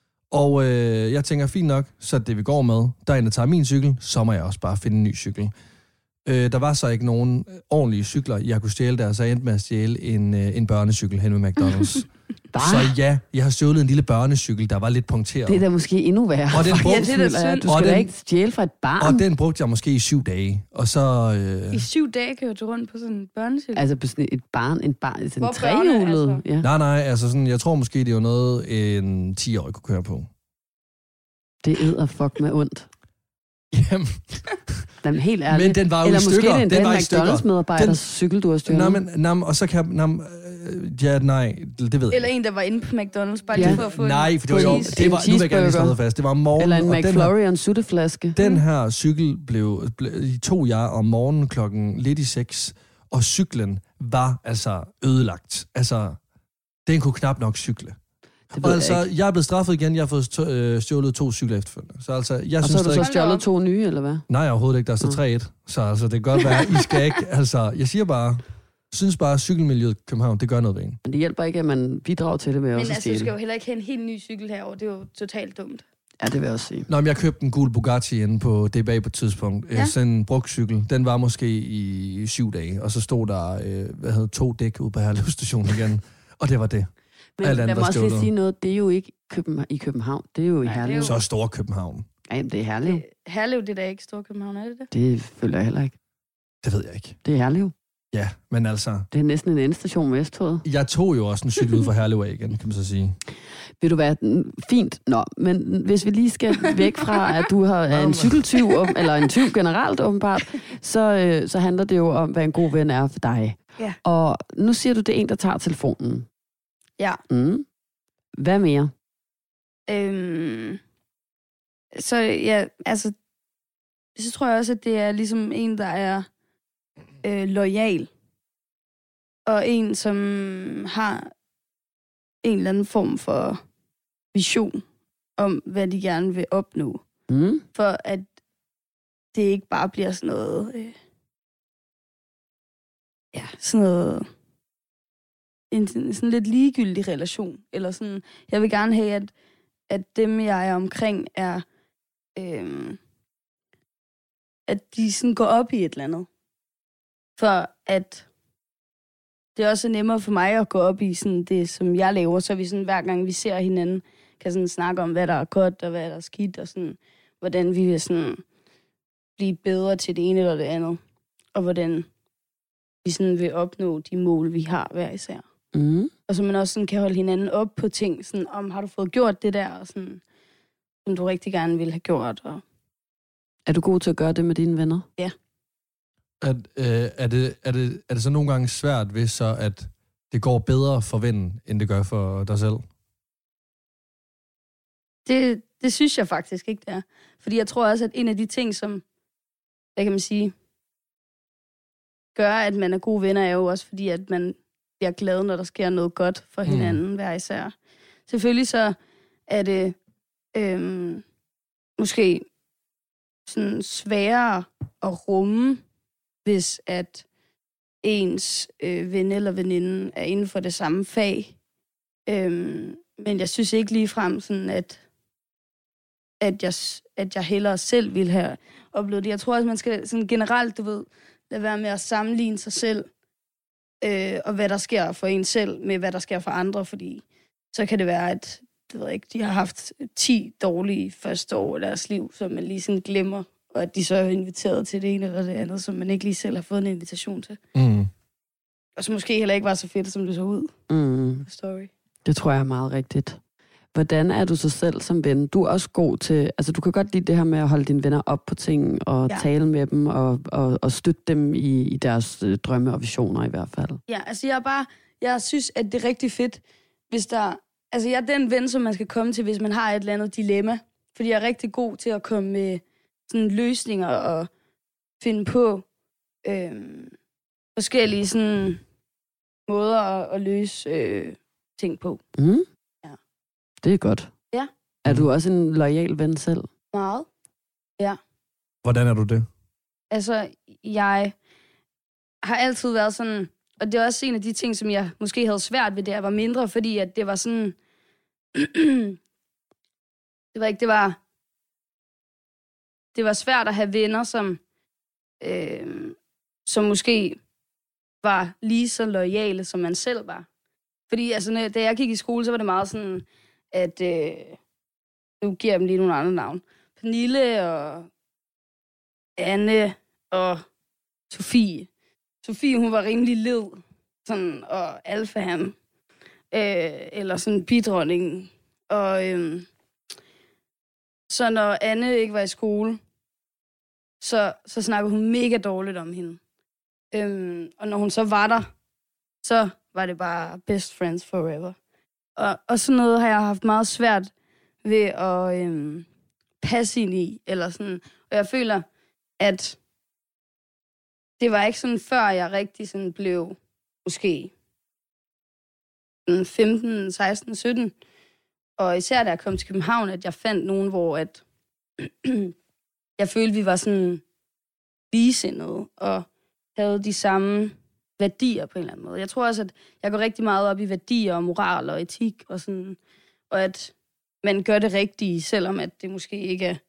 Speaker 2: Og øh, jeg tænker, fint nok, så det vi går med, der er en, der tager min cykel, så må jeg også bare finde en ny cykel. Øh, der var så ikke nogen ordentlige cykler, jeg kunne stjæle der, så jeg endte med at stjæle en, øh, en børnecykel hen ved McDonald's. Så ja, jeg har stjålet en lille børnecykel, der var lidt punkteret.
Speaker 1: Det er da måske endnu værre.
Speaker 2: Og den
Speaker 1: For
Speaker 2: brugte-
Speaker 1: jeg
Speaker 3: Ja, det er da
Speaker 1: føler, at
Speaker 3: synd.
Speaker 1: Du
Speaker 2: Og
Speaker 1: skal da
Speaker 2: den-
Speaker 1: ikke stjæle fra et barn.
Speaker 2: Og den brugte jeg måske i syv dage. Og så... Øh...
Speaker 3: I syv dage kørte du rundt på sådan en børnecykel.
Speaker 1: Altså på sådan et barn, en barn, sådan en
Speaker 3: Hvor børne,
Speaker 1: trehjulet.
Speaker 3: altså?
Speaker 1: Ja.
Speaker 2: Nej, nej, altså sådan, jeg tror måske, det var noget, en ti-årig kunne køre på.
Speaker 1: Det æder fuck med ondt.
Speaker 2: Jamen,
Speaker 1: Den helt ærligt.
Speaker 2: men den var jo
Speaker 1: Eller
Speaker 2: i
Speaker 1: måske
Speaker 2: stykker.
Speaker 1: det er
Speaker 2: Den
Speaker 1: den
Speaker 2: var i stykker.
Speaker 1: McDonald's-medarbejders
Speaker 2: Den-
Speaker 1: cykel, du har stjålet.
Speaker 2: Nå, men, nå, men, og så kan jeg... Nå, men, øh, ja, nej, det ved jeg
Speaker 3: Eller
Speaker 2: ikke.
Speaker 3: en, der var inde på McDonald's, bare
Speaker 1: Ja.
Speaker 3: lige for at få en...
Speaker 2: Nej, for det var jo...
Speaker 3: cheese-
Speaker 2: Det var, nu vil jeg gerne lige slå
Speaker 1: cheeseburger.
Speaker 2: noget fast. Det var om morgenen.
Speaker 1: Eller en
Speaker 2: og den her,
Speaker 1: McFlurry og en sutteflaske.
Speaker 2: den her cykel blev, blev, tog jeg om morgenen klokken lidt i seks, og cyklen var altså ødelagt. Altså, den kunne knap nok cykle.
Speaker 1: Det
Speaker 2: Og
Speaker 1: ved
Speaker 2: altså,
Speaker 1: jeg ikke.
Speaker 2: jeg er blevet straffet igen. Jeg har fået st- øh, stjålet to cykler efterfølgende. Så altså, jeg
Speaker 1: Og
Speaker 2: synes
Speaker 1: så har du så
Speaker 2: stadig...
Speaker 1: stjålet to nye, eller hvad?
Speaker 2: Nej, overhovedet ikke. Der står tre et. Så altså, det kan godt være, I skal ikke... Altså, jeg siger bare... synes bare, at cykelmiljøet i København, det gør noget ved en.
Speaker 1: Men det hjælper ikke, at man bidrager til det med
Speaker 3: Men
Speaker 1: også at
Speaker 3: altså, du
Speaker 1: stjæle.
Speaker 3: skal jo heller ikke have en helt ny cykel herover. Det er jo totalt dumt.
Speaker 1: Ja, det vil jeg også sige.
Speaker 2: Nå, men jeg købte en gul Bugatti inde på D B A på et tidspunkt.
Speaker 3: Ja.
Speaker 2: Sådan en brugscykel. Den var måske i syv dage, og så stod der øh, hvad hedder, to dæk ude på Herlev station igen. Og det var det.
Speaker 1: Men
Speaker 2: Alt andet
Speaker 1: lad mig
Speaker 2: var
Speaker 1: også lige
Speaker 2: stjålet.
Speaker 1: sige noget. Det er jo ikke København, i København. Det er jo i
Speaker 3: Nej, det er
Speaker 1: Herlev.
Speaker 3: jo-
Speaker 2: Så stor København.
Speaker 1: Ja, jamen, det er Herlev.
Speaker 3: Det, Herlev, det er da ikke Storkøbenhavn, er det det?
Speaker 1: Det føler jeg heller ikke.
Speaker 2: Det ved jeg ikke.
Speaker 1: Det er Herlev.
Speaker 2: Ja, men altså...
Speaker 1: Det er næsten en endestation med S-toget.
Speaker 2: Jeg tog jo også en cykel ud fra Herlev af igen, kan man så sige.
Speaker 1: Vil du være fint? Nå, men hvis vi lige skal væk fra, at du har, er en cykeltyv, eller en tyv generelt åbenbart, så, øh, så handler det jo om, hvad en god ven er for dig.
Speaker 3: Ja.
Speaker 1: Og nu siger du, det er en, der tager telefonen.
Speaker 3: Ja.
Speaker 1: Mm. Hvad mere?
Speaker 3: Øhm, så ja, altså, så tror jeg også, at det er ligesom en, der er øh, loyal. Og en, som har en eller anden form for vision om, hvad de gerne vil opnå.
Speaker 1: Mm.
Speaker 3: For at det ikke bare bliver sådan noget... Øh, ja, sådan noget... En, en sådan lidt ligegyldig relation. Eller sådan... Jeg vil gerne have, at, at dem, jeg er omkring, er... Øh, at de sådan går op i et eller andet. For at det er også nemmere for mig at gå op i sådan det, som jeg laver, så vi sådan, hver gang vi ser hinanden, kan sådan snakke om, hvad der er godt og hvad der er skidt, og sådan, hvordan vi vil sådan blive bedre til det ene eller det andet, og hvordan vi sådan vil opnå de mål, vi har hver især.
Speaker 1: Mm.
Speaker 3: Og så man også sådan kan holde hinanden op på ting, sådan om, har du fået gjort det der, og sådan, som du rigtig gerne ville have gjort. Og...
Speaker 1: Er du god til at gøre det med dine venner?
Speaker 3: Ja.
Speaker 2: At, øh, er, det, er, det, er det så nogle gange svært, hvis så, at det går bedre for vennen, end det gør for dig selv?
Speaker 3: Det, det synes jeg faktisk ikke, det er. Fordi jeg tror også, at en af de ting, som, hvad kan man sige, gør, at man er gode venner, er jo også fordi, at man bliver glad, når der sker noget godt for hinanden, mm. hver især. Selvfølgelig så er det øhm, måske sådan sværere at rumme, hvis at ens øh, ven eller veninde er inden for det samme fag. Øhm, men jeg synes ikke ligefrem sådan, at at jeg, at jeg hellere selv ville have oplevet det. Jeg tror også, man skal sådan generelt, du ved, lade være med at sammenligne sig selv, øh, og hvad der sker for en selv, med hvad der sker for andre, fordi så kan det være, at det ved jeg ikke, de har haft ti dårlige første år af deres liv, som man lige sådan glemmer, og at de så er inviteret til det ene eller det andet, som man ikke lige selv har fået en invitation til.
Speaker 2: Mm.
Speaker 3: Og så måske heller ikke var så fedt, som det så ud
Speaker 1: Mm.
Speaker 3: på story.
Speaker 1: Det tror jeg er meget rigtigt. Hvordan er du så selv som ven? Du er også god til, altså du kan godt lide det her med at holde dine venner op på ting, og
Speaker 3: Ja.
Speaker 1: tale med dem, og, og, og støtte dem i, i deres øh, drømme og visioner i hvert fald.
Speaker 3: Ja, altså jeg er bare, jeg synes, at det er rigtig fedt, hvis der, altså jeg er den ven, som man skal komme til, hvis man har et eller andet dilemma. Fordi jeg er rigtig god til at komme med sådan løsninger og finde på øhm, forskellige sådan måder at, at løse øh, ting på.
Speaker 1: Mm?
Speaker 3: Ja.
Speaker 1: Det er godt.
Speaker 3: Ja.
Speaker 1: Er du også en loyal ven selv?
Speaker 3: Meget. Ja.
Speaker 2: Hvordan er du det?
Speaker 3: Altså, jeg har altid været sådan, og det er også en af de ting, som jeg måske havde svært ved, da jeg var mindre, fordi at det var sådan, det var ikke, det var, det var svært at have venner, som, øh, som måske var lige så loyale, som man selv var. Fordi altså, når, da jeg gik i skole, så var det meget sådan, at, øh, nu giver jeg dem lige nogle andre navn. Pernille og Anne og Sofie. Sofie, hun var rimelig led, sådan, og alfahan, øh, eller sådan bidronningen. Og øh, så når Anne ikke var i skole, så, så snakkede hun mega dårligt om hende. Øh, og når hun så var der, så var det bare best friends forever. Og, og sådan noget har jeg haft meget svært ved at øh, passe ind i, eller sådan. Og jeg føler, at det var ikke sådan, før jeg rigtig sådan blev, måske femten, seksten, sytten, Og især da jeg kom til København, at jeg fandt nogen, hvor at jeg følte, vi var sådan ligesindede og havde de samme værdier på en eller anden måde. Jeg tror også, at jeg går rigtig meget op i værdier og moral og etik og sådan, og at man gør det rigtige, selvom at det måske ikke er,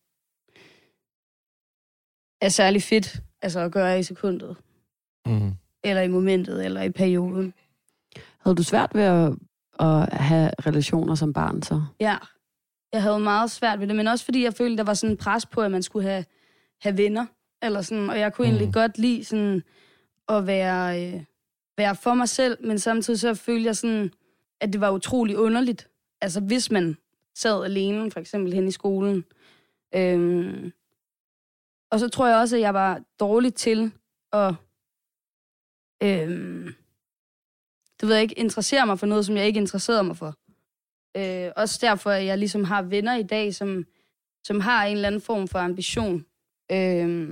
Speaker 3: er særlig fedt altså at gøre i sekundet. Mm. Eller i momentet, eller i perioden.
Speaker 1: Havde du svært ved at, at have relationer som barn så?
Speaker 3: Ja, jeg havde meget svært ved det, men også fordi jeg følte, der var sådan en pres på, at man skulle have, have venner, eller sådan, og jeg kunne mm. egentlig godt lide sådan at være, øh, være for mig selv, men samtidig så følte jeg sådan, at det var utrolig underligt. Altså hvis man sad alene, for eksempel hen i skolen. Øhm, og så tror jeg også, at jeg var dårlig til at øhm, det ved jeg ikke, interessere mig for noget, som jeg ikke interesserede mig for. Øh, også derfor, at jeg ligesom har venner i dag, som, som har en eller anden form for ambition. Øh,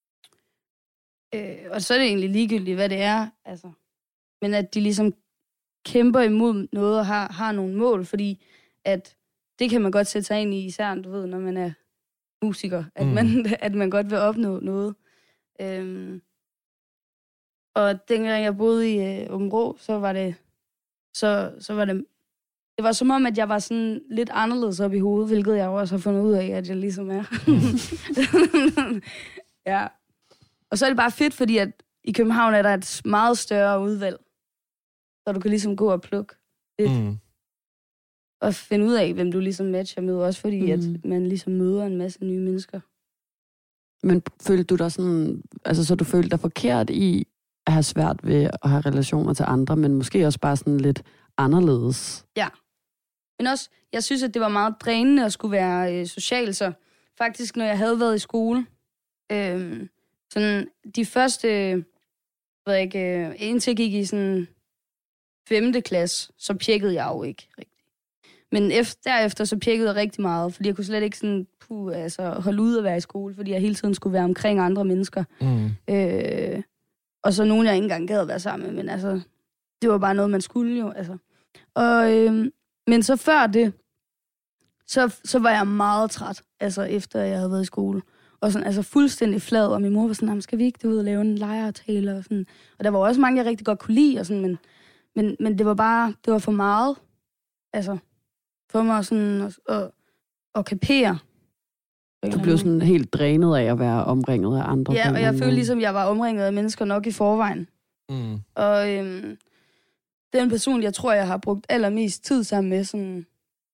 Speaker 3: øh, og så er det egentlig ligegyldigt, hvad det er. Altså. Men at de ligesom kæmper imod noget og har, har nogle mål, fordi at det kan man godt sætte sig ind i, især du ved, når man er musiker, at, mm. man, at man godt vil opnå noget. Øh, og dengang jeg boede i øh, Aabenraa, så var det så, så var det det var som om, at jeg var sådan lidt anderledes op i hovedet, hvilket jeg også har fundet ud af, at jeg ligesom er. Mm. Ja. Og så er det bare fedt, fordi at i København er der et meget større udvalg, så du kan ligesom gå og plukke lidt. Mm. Og finde ud af, hvem du ligesom matcher med, også fordi mm. at man ligesom møder en masse nye mennesker.
Speaker 1: Men følte du dig sådan, altså så du følte dig forkert i at have svært ved at have relationer til andre, men måske også bare sådan lidt anderledes?
Speaker 3: Ja. Men også, jeg synes, at det var meget drænende at skulle være øh, social, så faktisk, når jeg havde været i skole, øh, sådan de første, øh, ved jeg ikke, øh, indtil jeg gik i sådan femte klasse, så pjekkede jeg jo ikke rigtigt. Men efter, derefter så pjekkede jeg rigtig meget, fordi jeg kunne slet ikke sådan, puh, altså, holde ud at være i skole, fordi jeg hele tiden skulle være omkring andre mennesker. Mm. Øh, og så nogen, jeg ikke engang gad at være sammen med, men altså, det var bare noget, man skulle jo, altså. Og, øh, men så før det, så, så var jeg meget træt, altså efter jeg havde været i skole. Og sådan, altså fuldstændig flad, og min mor var sådan, skal vi ikke ud og lave en legeaftale og sådan. Og der var også mange, jeg rigtig godt kunne lide, og sådan, men, men, men det var bare, det var for meget, altså, for mig sådan at, at, at kapere.
Speaker 1: Du blev sådan helt drænet af at være omringet af andre.
Speaker 3: Ja, og jeg følte ligesom, jeg var omringet af mennesker nok i forvejen. Mm. Og øhm, den person, jeg tror, jeg har brugt allermest tid sammen med, sådan,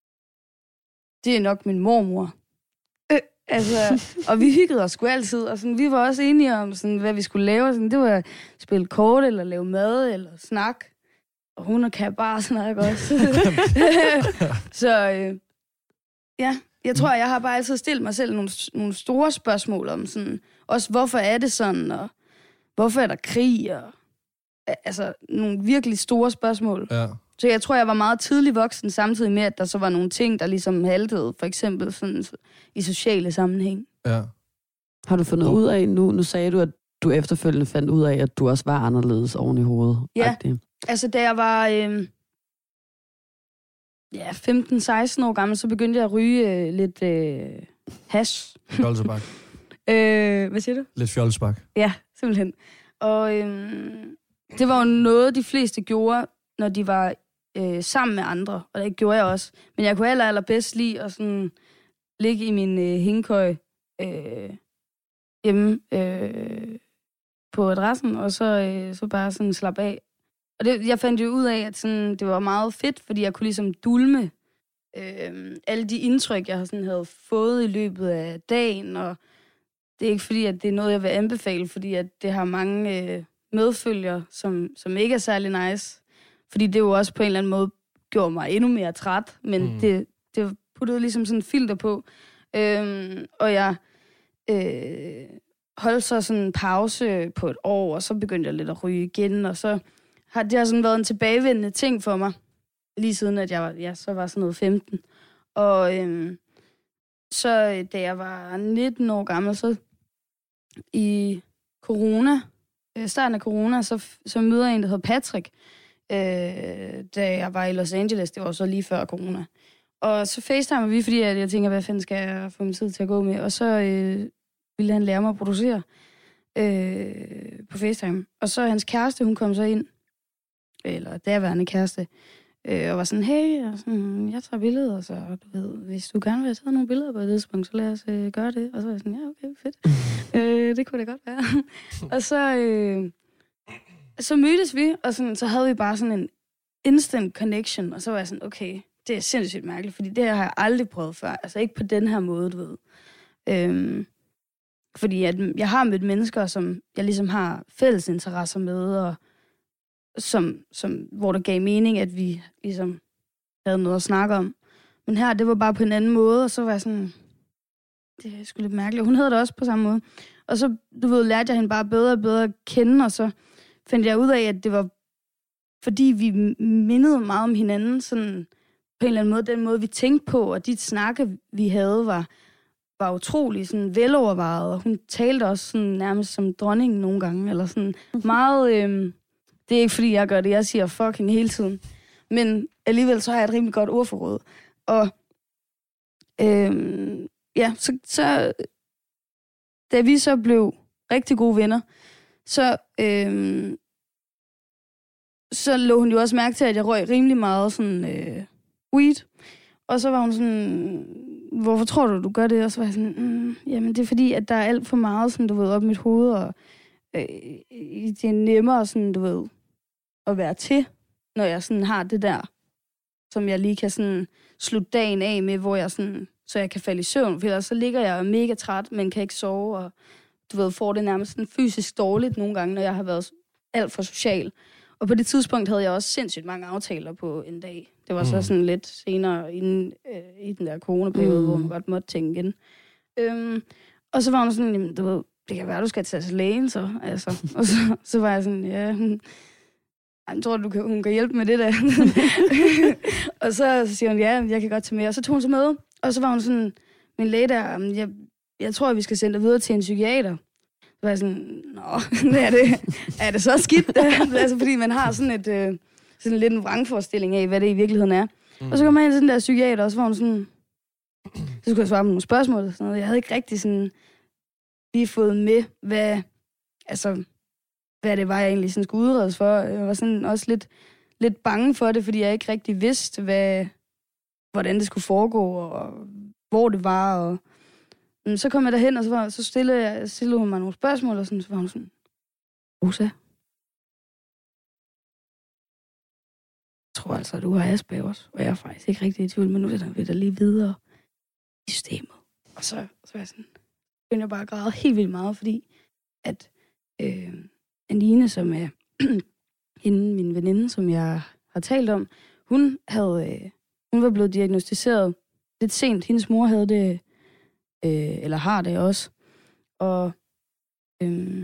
Speaker 3: det er nok min mormor. Øh, altså, og vi hyggede os sgu altid, og sådan, vi var også enige om, sådan, hvad vi skulle lave. Sådan, det var at spille kort, eller lave mad, eller snak. Og hun kan bare snakke også. Så øh, ja, jeg tror, jeg har bare altid stillet mig selv nogle, nogle store spørgsmål om sådan, også hvorfor er det sådan, og hvorfor er der krig, og altså nogle virkelig store spørgsmål. Ja. Så jeg tror, jeg var meget tidlig voksen, samtidig med, at der så var nogle ting, der ligesom haltede, for eksempel sådan, i sociale sammenhæng. Ja.
Speaker 1: Har du fundet ud af nu, nu sagde du, at du efterfølgende fandt ud af, at du også var anderledes oven i hovedet?
Speaker 3: Ja, altså da jeg var øh, ja, femten seksten år gammel, så begyndte jeg at ryge øh, lidt øh, hash.
Speaker 2: Fjolsebak.
Speaker 3: øh, hvad siger du?
Speaker 2: Lidt fjolsebak.
Speaker 3: Ja, simpelthen. Og øh, det var jo noget, de fleste gjorde, når de var øh, sammen med andre, og det gjorde jeg også. Men jeg kunne aller, allerbedst lide at sådan, ligge i min øh, hængekøj øh, hjemme øh, på adressen, og så, øh, så bare sådan slappe af. Og det, jeg fandt jo ud af, at sådan, det var meget fedt, fordi jeg kunne ligesom dulme øh, alle de indtryk, jeg sådan havde fået i løbet af dagen, og det er ikke fordi, at det er noget, jeg vil anbefale, fordi at det har mange øh, medfølgere, som, som ikke er særlig nice. Fordi det jo også på en eller anden måde gjorde mig endnu mere træt, men mm. det, det puttede ligesom sådan en filter på. Øhm, og jeg øh, holdt så sådan en pause på et år, og så begyndte jeg lidt at ryge igen, og så har det har sådan været en tilbagevendende ting for mig, lige siden at jeg var, ja, så var sådan noget femten. Og øhm, så da jeg var nitten år gammel, så i corona, starten af corona, så, så møder jeg en, der hedder Patrick, øh, da jeg var i Los Angeles. Det var så lige før corona. Og så facetimer vi, fordi jeg, jeg tænker, hvad fanden skal jeg få min tid til at gå med? Og så øh, ville han lære mig at producere øh, på FaceTime. Og så hans kæreste, hun kom så ind, eller derværende kæreste, øh, og var sådan, hey, og sådan, jeg tager billeder, så du ved, hvis du gerne vil have taget nogle billeder på et tidspunkt, så lad os øh, gøre det. Og så var jeg sådan, ja, okay, fedt. øh, det kunne da godt være. Og så, øh, så mødtes vi, og sådan, så havde vi bare sådan en instant connection, og så var jeg sådan, okay, det er sindssygt mærkeligt, fordi det her har jeg aldrig prøvet før. Altså ikke på den her måde, du ved. Øhm, fordi at jeg har mødt mennesker, som jeg ligesom har fælles interesser med, og som, som, hvor der gav mening, at vi ligesom havde noget at snakke om. Men her, det var bare på en anden måde, og så var jeg sådan, det er sgu lidt mærkeligt. Hun havde det også på samme måde. Og så, du ved, lærte jeg hende bare bedre og bedre at kende, og så fandt jeg ud af, at det var, fordi vi mindede meget om hinanden, sådan på en eller anden måde, den måde, vi tænkte på, og de snakke, vi havde, var, var utrolig sådan velovervejet, og hun talte også sådan nærmest som dronningen nogle gange, eller sådan meget, øh, det er ikke fordi, jeg gør det, jeg siger fucking hele tiden, men alligevel så har jeg et rimelig godt ordforråd. Og øh, ja, så, så da vi så blev rigtig gode venner, så, øh, så lå hun jo også mærke til, at jeg røg rimelig meget sådan øh, weed. Og så var hun sådan, hvorfor tror du, du gør det? Og så var jeg sådan, mm, jamen det er fordi, at der er alt for meget, sådan, du ved, op i mit hoved, og øh, det er nemmere, sådan, du ved, at være til, når jeg sådan har det der, som jeg lige kan sådan slutte dagen af med, hvor jeg sådan, så jeg kan falde i søvn, for ellers så ligger jeg mega træt, men kan ikke sove, og du ved, får det nærmest sådan fysisk dårligt nogle gange, når jeg har været alt for social. Og på det tidspunkt havde jeg også sindssygt mange aftaler på en dag. Det var mm. så sådan lidt senere inden, øh, i den der coronaperiode, mm. hvor man godt måtte tænke igen. Øhm, og så var hun sådan, jamen, du ved, det kan være, du skal tage til lægen, så. Altså. Og så, så var jeg sådan, ja, hun, jeg tror, du kan, hun kan hjælpe med det der. Og så, så siger hun, ja, jeg kan godt tage med. Og så tog hun så med, og så var hun sådan, min læge der, jeg, jeg tror, vi skal sende dig videre til en psykiater. Så var jeg sådan, nå, er det, er det så skidt? Altså, fordi man har sådan et, øh, sådan lidt en vrangforestilling af, hvad det i virkeligheden er. Mm. Og så kom jeg ind til den der psykiater, og så var hun sådan, så skulle jeg svare på nogle spørgsmål og sådan noget. Jeg havde ikke rigtig sådan lige fået med, hvad, altså, hvad det var, jeg egentlig sådan skulle udredes for. Jeg var sådan også lidt, lidt bange for det, fordi jeg ikke rigtig vidste, hvad, hvordan det skulle foregå, og hvor det var, og så kom jeg derhen, og så, var, så stillede, jeg, stillede hun mig nogle spørgsmål, og sådan, så var hun sådan, Rosa, jeg tror altså, at du har Aspergers, og jeg er faktisk ikke rigtig i tvivl, men nu vil jeg da lige videre i systemet. Og så, så var jeg sådan, begyndte jeg bare at græde helt vildt meget, fordi at øh, Anine, som er hende, min veninde, som jeg har talt om, hun, havde, øh, hun var blevet diagnosticeret lidt sent. Hendes mor havde det, Øh, eller har det også. Og øhm,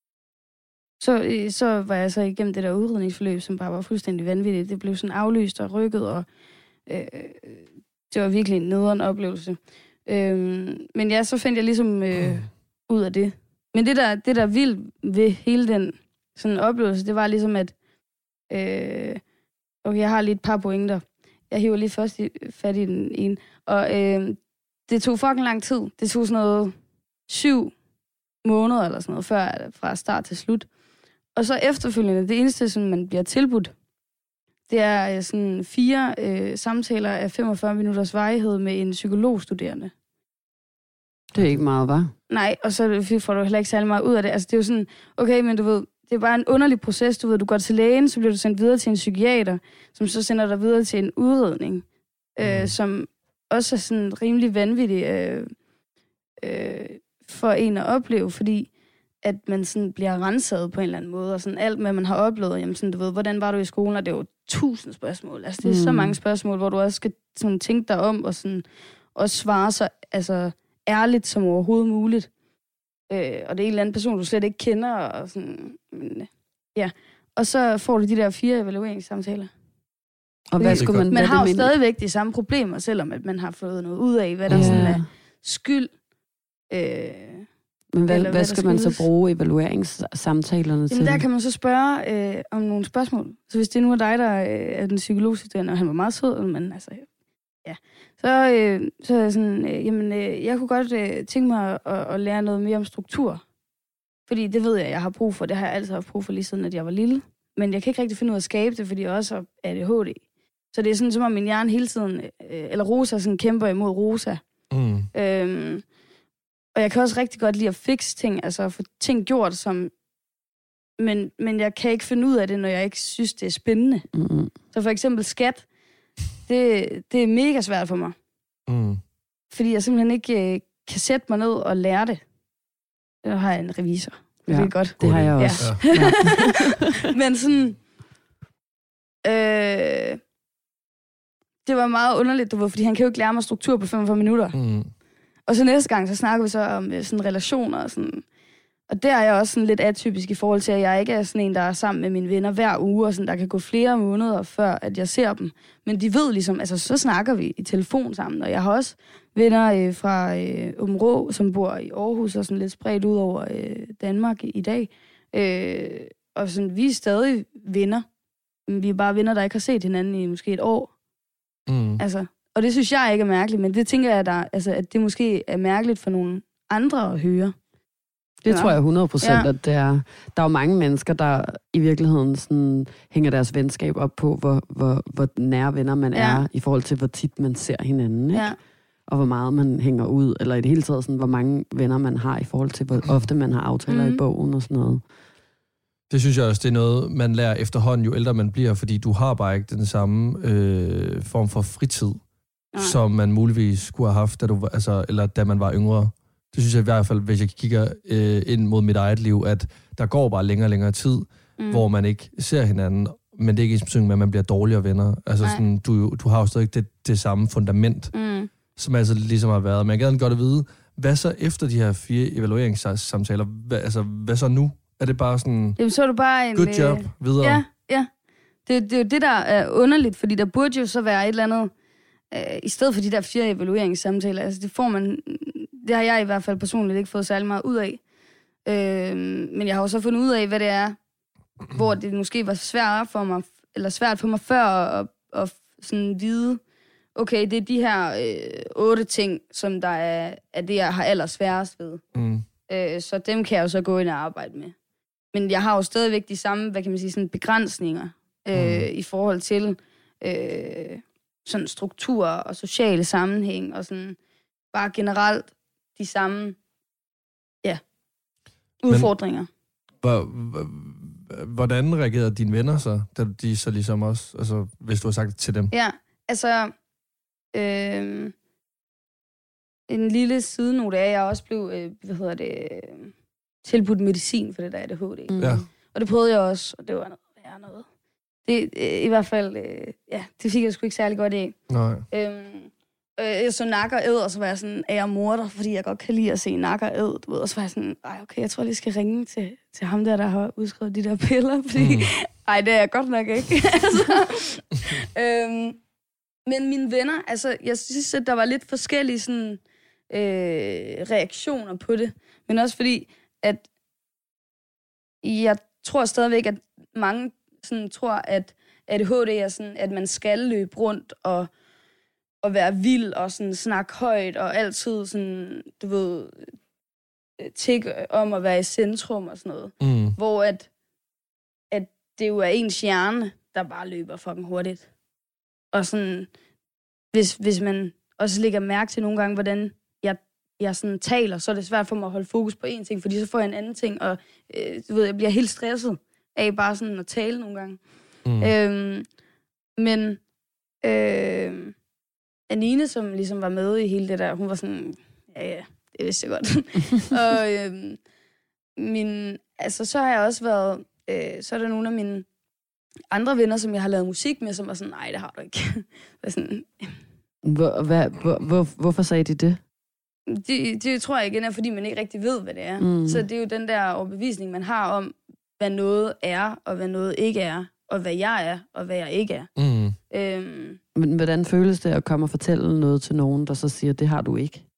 Speaker 3: så, øh, så var jeg så igennem det der udredningsforløb, som bare var fuldstændig vanvittigt. Det blev sådan aflyst og rykket, og øh, det var virkelig en nederen oplevelse. Øh, men ja, så fandt jeg ligesom øh, ud af det. Men det der, det der er vildt ved hele den sådan oplevelse, det var ligesom, at øh, okay, jeg har lige et par pointer. Jeg hiver lige først i, fat i den ene. Og øh, det tog fucking lang tid. Det tog sådan noget syv måneder eller sådan noget, før fra start til slut. Og så efterfølgende, det eneste, som man bliver tilbudt, det er sådan fire øh, samtaler af femogfyrre minutters varighed med en psykologstuderende.
Speaker 1: Det er ikke meget, hva'?
Speaker 3: Nej, og så får du heller ikke særlig meget ud af det. Altså, det er jo sådan, okay, men du ved, det er bare en underlig proces. Du ved, du går til lægen, så bliver du sendt videre til en psykiater, som så sender dig videre til en udredning, øh, som også er sådan rimelig vanvittig øh, øh, for en at opleve, fordi at man sådan bliver renset på en eller anden måde, og sådan alt, hvad man har oplevet, jamen sådan, du ved, hvordan var du i skolen, og det er jo tusind spørgsmål. Altså, det er mm. så mange spørgsmål, hvor du også skal sådan tænke dig om, og sådan også svare så altså, ærligt som overhovedet muligt. Øh, og det er en eller anden person, du slet ikke kender, og sådan, men, ja. Og så får du de der fire evalueringssamtaler.
Speaker 1: Og hvad skulle man...
Speaker 3: Man har jo stadigvæk de samme problemer, selvom at man har fået noget ud af, hvad der ja. sådan er skyld. Øh,
Speaker 1: Men hvad, hvad, hvad skal man så bruge evalueringssamtalerne til?
Speaker 3: Jamen der kan man så spørge øh, om nogle spørgsmål. Så hvis det nu er dig, der øh, er den psykologstuderende, og han var meget sød, men altså, ja. Så, øh, så er jeg sådan, øh, jamen, øh, jeg kunne godt øh, tænke mig at, at, at lære noget mere om struktur. Fordi det ved jeg, jeg har brug for. Det har jeg altid haft brug for, lige siden at jeg var lille. Men jeg kan ikke rigtig finde ud af at skabe det, fordi jeg også har A D H D. Så det er sådan, som om min hjerne hele tiden, øh, eller Rosa, sådan kæmper imod Rosa. Mm. Øhm, og jeg kan også rigtig godt lide at fikse ting, altså at få ting gjort, som... Men, men jeg kan ikke finde ud af det, når jeg ikke synes, det er spændende. Mm. Så for eksempel skat, det, det er mega svært for mig. Mm. Fordi jeg simpelthen ikke øh, kan sætte mig ned og lære det. Der har jeg en revisor. Det
Speaker 1: ja,
Speaker 3: er godt.
Speaker 1: Det har jeg også. Ja.
Speaker 3: Ja. Men sådan... Øh, det var meget underligt, du ved, fordi han kan jo ikke lære mig struktur på femogfyrre minutter. Mm. Og så næste gang, så snakker vi så om sådan relationer og sådan... Og der er jeg også sådan lidt atypisk i forhold til, at jeg ikke er sådan en, der er sammen med mine venner hver uge, og sådan, der kan gå flere måneder, før at jeg ser dem. Men de ved ligesom, altså så snakker vi i telefon sammen, og jeg har også venner øh, fra øh, Områ, som bor i Aarhus, og sådan lidt spredt ud over øh, Danmark i, i dag. Øh, og sådan, vi er stadig venner. Vi er bare venner, der ikke har set hinanden i måske et år. Mm. Altså, og det synes jeg ikke er mærkeligt, men det tænker jeg, der, altså, at det måske er mærkeligt for nogle andre at høre.
Speaker 1: Det ja. tror jeg hundrede procent, ja. at det er. Der er jo mange mennesker, der i virkeligheden sådan, hænger deres venskab op på, hvor, hvor, hvor nære venner man ja. er, i forhold til, hvor tit man ser hinanden, ikke? Ja. Og hvor meget man hænger ud, eller i det hele taget, sådan, hvor mange venner man har, i forhold til, hvor ofte man har aftaler mm. i bogen og sådan noget.
Speaker 2: Det synes jeg også, det er noget, man lærer efterhånden, jo ældre man bliver, fordi du har bare ikke den samme øh, form for fritid, ja. som man muligvis skulle have haft, da du, altså, eller da man var yngre. Det synes jeg i hvert fald, hvis jeg kigger øh, ind mod mit eget liv, at der går bare længere og længere tid, mm. hvor man ikke ser hinanden, men det er ikke ens med, at man bliver dårligere venner. Altså sådan, du, du har jo stadig det, det samme fundament, mm. som altså ligesom har været. Men jeg gad godt at vide, hvad så efter de her fire evalueringssamtaler? Hvad, altså, hvad så nu? Er det bare sådan,
Speaker 3: jamen, så er du bare en,
Speaker 2: good job, videre?
Speaker 3: Ja, ja. Det, det er jo det, der er underligt, fordi der burde jo så være et eller andet, øh, i stedet for de der fire evalueringssamtaler. Altså, det får man... Det har jeg i hvert fald personligt ikke fået særlig meget ud af. Øh, men jeg har jo så fundet ud af, hvad det er, hvor det måske var svært for mig, eller svært for mig før at, at sådan vide, okay, det er de her øh, otte ting, som der er, er det, jeg har allersværest ved. Mm. Øh, så dem kan jeg jo så gå ind og arbejde med. Men jeg har jo stadigvæk de samme, hvad kan man sige, sådan begrænsninger øh, mm. i forhold til øh, sådan struktur og sociale sammenhæng og sådan bare generelt de samme, ja, udfordringer.
Speaker 2: Men, hvordan reagerede dine venner så, da de så ligesom også, altså hvis du har sagt det til dem?
Speaker 3: Ja, altså, øh, en lille sidenote af, jeg også blev, øh, hvad hedder det, tilbudt medicin for det der A D H D. Mm. Ja. Og det prøvede jeg også, og det var noget værre noget. Det, øh, i hvert fald, øh, ja, det fik jeg sgu ikke særlig godt af. Nej. Øhm, Jeg så Nakker Æd, og så var jeg sådan, er jeg morder, fordi jeg godt kan lide at se Nakker Æd, du ved, og så var jeg sådan, ej, okay, jeg tror lige, jeg skal ringe til, til ham der, der har udskrevet de der piller, fordi, mm. ej, det er jeg godt nok ikke. altså, øhm, men mine venner, altså, jeg synes, at der var lidt forskellige sådan, øh, reaktioner på det, men også fordi, at jeg tror stadigvæk, at mange sådan, tror, at A D H D er sådan, at man skal løbe rundt og at være vild og sådan snakke højt og altid sådan, du ved, tikke om at være i centrum og sådan noget. Mm. Hvor at, at det jo er ens hjerne, der bare løber fucking hurtigt. Og sådan, hvis, hvis man også lægger mærke til nogle gange, hvordan jeg, jeg sådan taler, så er det svært for mig at holde fokus på én ting, fordi så får jeg en anden ting, og øh, du ved, jeg bliver helt stresset af bare sådan at tale nogle gange. Mm. Øhm, men øh, Anine, som ligesom var med i hele det der, hun var sådan, ja, ja, det vidste jeg godt. og øhm, min, altså, så har jeg også været, øh, så er der nogle af mine andre venner, som jeg har lavet musik med, som var sådan, nej, det har du ikke. sådan,
Speaker 1: hvor, hvad, hvor, hvor, hvorfor sagde de det?
Speaker 3: Det, det tror jeg igen er, fordi man ikke rigtig ved, hvad det er. Mm. Så det er jo den der overbevisning, man har om, hvad noget er, og hvad noget ikke er, og hvad jeg er, og hvad jeg ikke er. Mm. Øhm,
Speaker 1: Men hvordan føles det at komme og fortælle noget til nogen, der så siger, det har du ikke?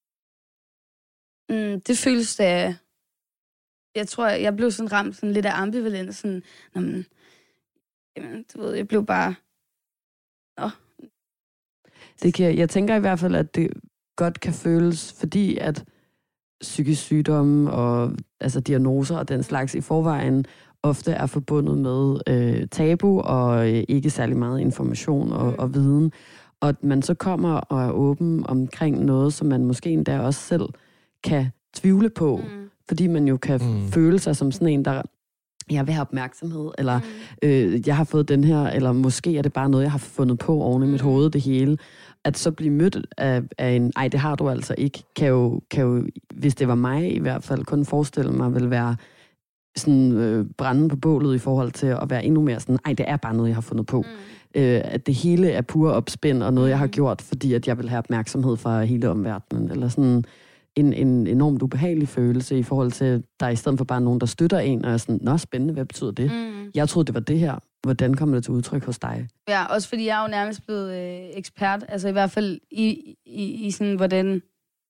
Speaker 3: Mm, det føles da... Jeg tror, jeg blev sådan ramt sådan lidt af ambivalent. Sådan, men, jamen, du ved, jeg blev bare... Nå.
Speaker 1: Det kan, jeg tænker i hvert fald, at det godt kan føles, fordi at psykisk sygdomme og altså diagnoser og den slags i forvejen ofte er forbundet med øh, tabu og øh, ikke særlig meget information og, og viden. Og at man så kommer og er åben omkring noget, som man måske endda også selv kan tvivle på, mm. fordi man jo kan mm. føle sig som sådan en, der jeg vil have opmærksomhed, eller mm. øh, jeg har fået den her, eller måske er det bare noget, jeg har fundet på oven i mit hoved, det hele. At så blive mødt af, af en, ej, det har du altså ikke, kan jo, kan jo, hvis det var mig i hvert fald, kun forestille mig, vil være sådan øh, brænde på bålet i forhold til at være endnu mere sådan, ej, det er bare noget, jeg har fundet på. Mm. Øh, at det hele er pure opspind, og noget, jeg har gjort, fordi at jeg vil have opmærksomhed fra hele omverdenen, eller sådan en, en enormt ubehagelig følelse i forhold til, der er i stedet for bare nogen, der støtter en, og er sådan, nå, spændende, hvad betyder det? Mm. Jeg troede, det var det her. Hvordan kommer det til udtryk hos dig?
Speaker 3: Ja, også fordi jeg er jo nærmest blevet øh, ekspert, altså i hvert fald i, i, i sådan, hvordan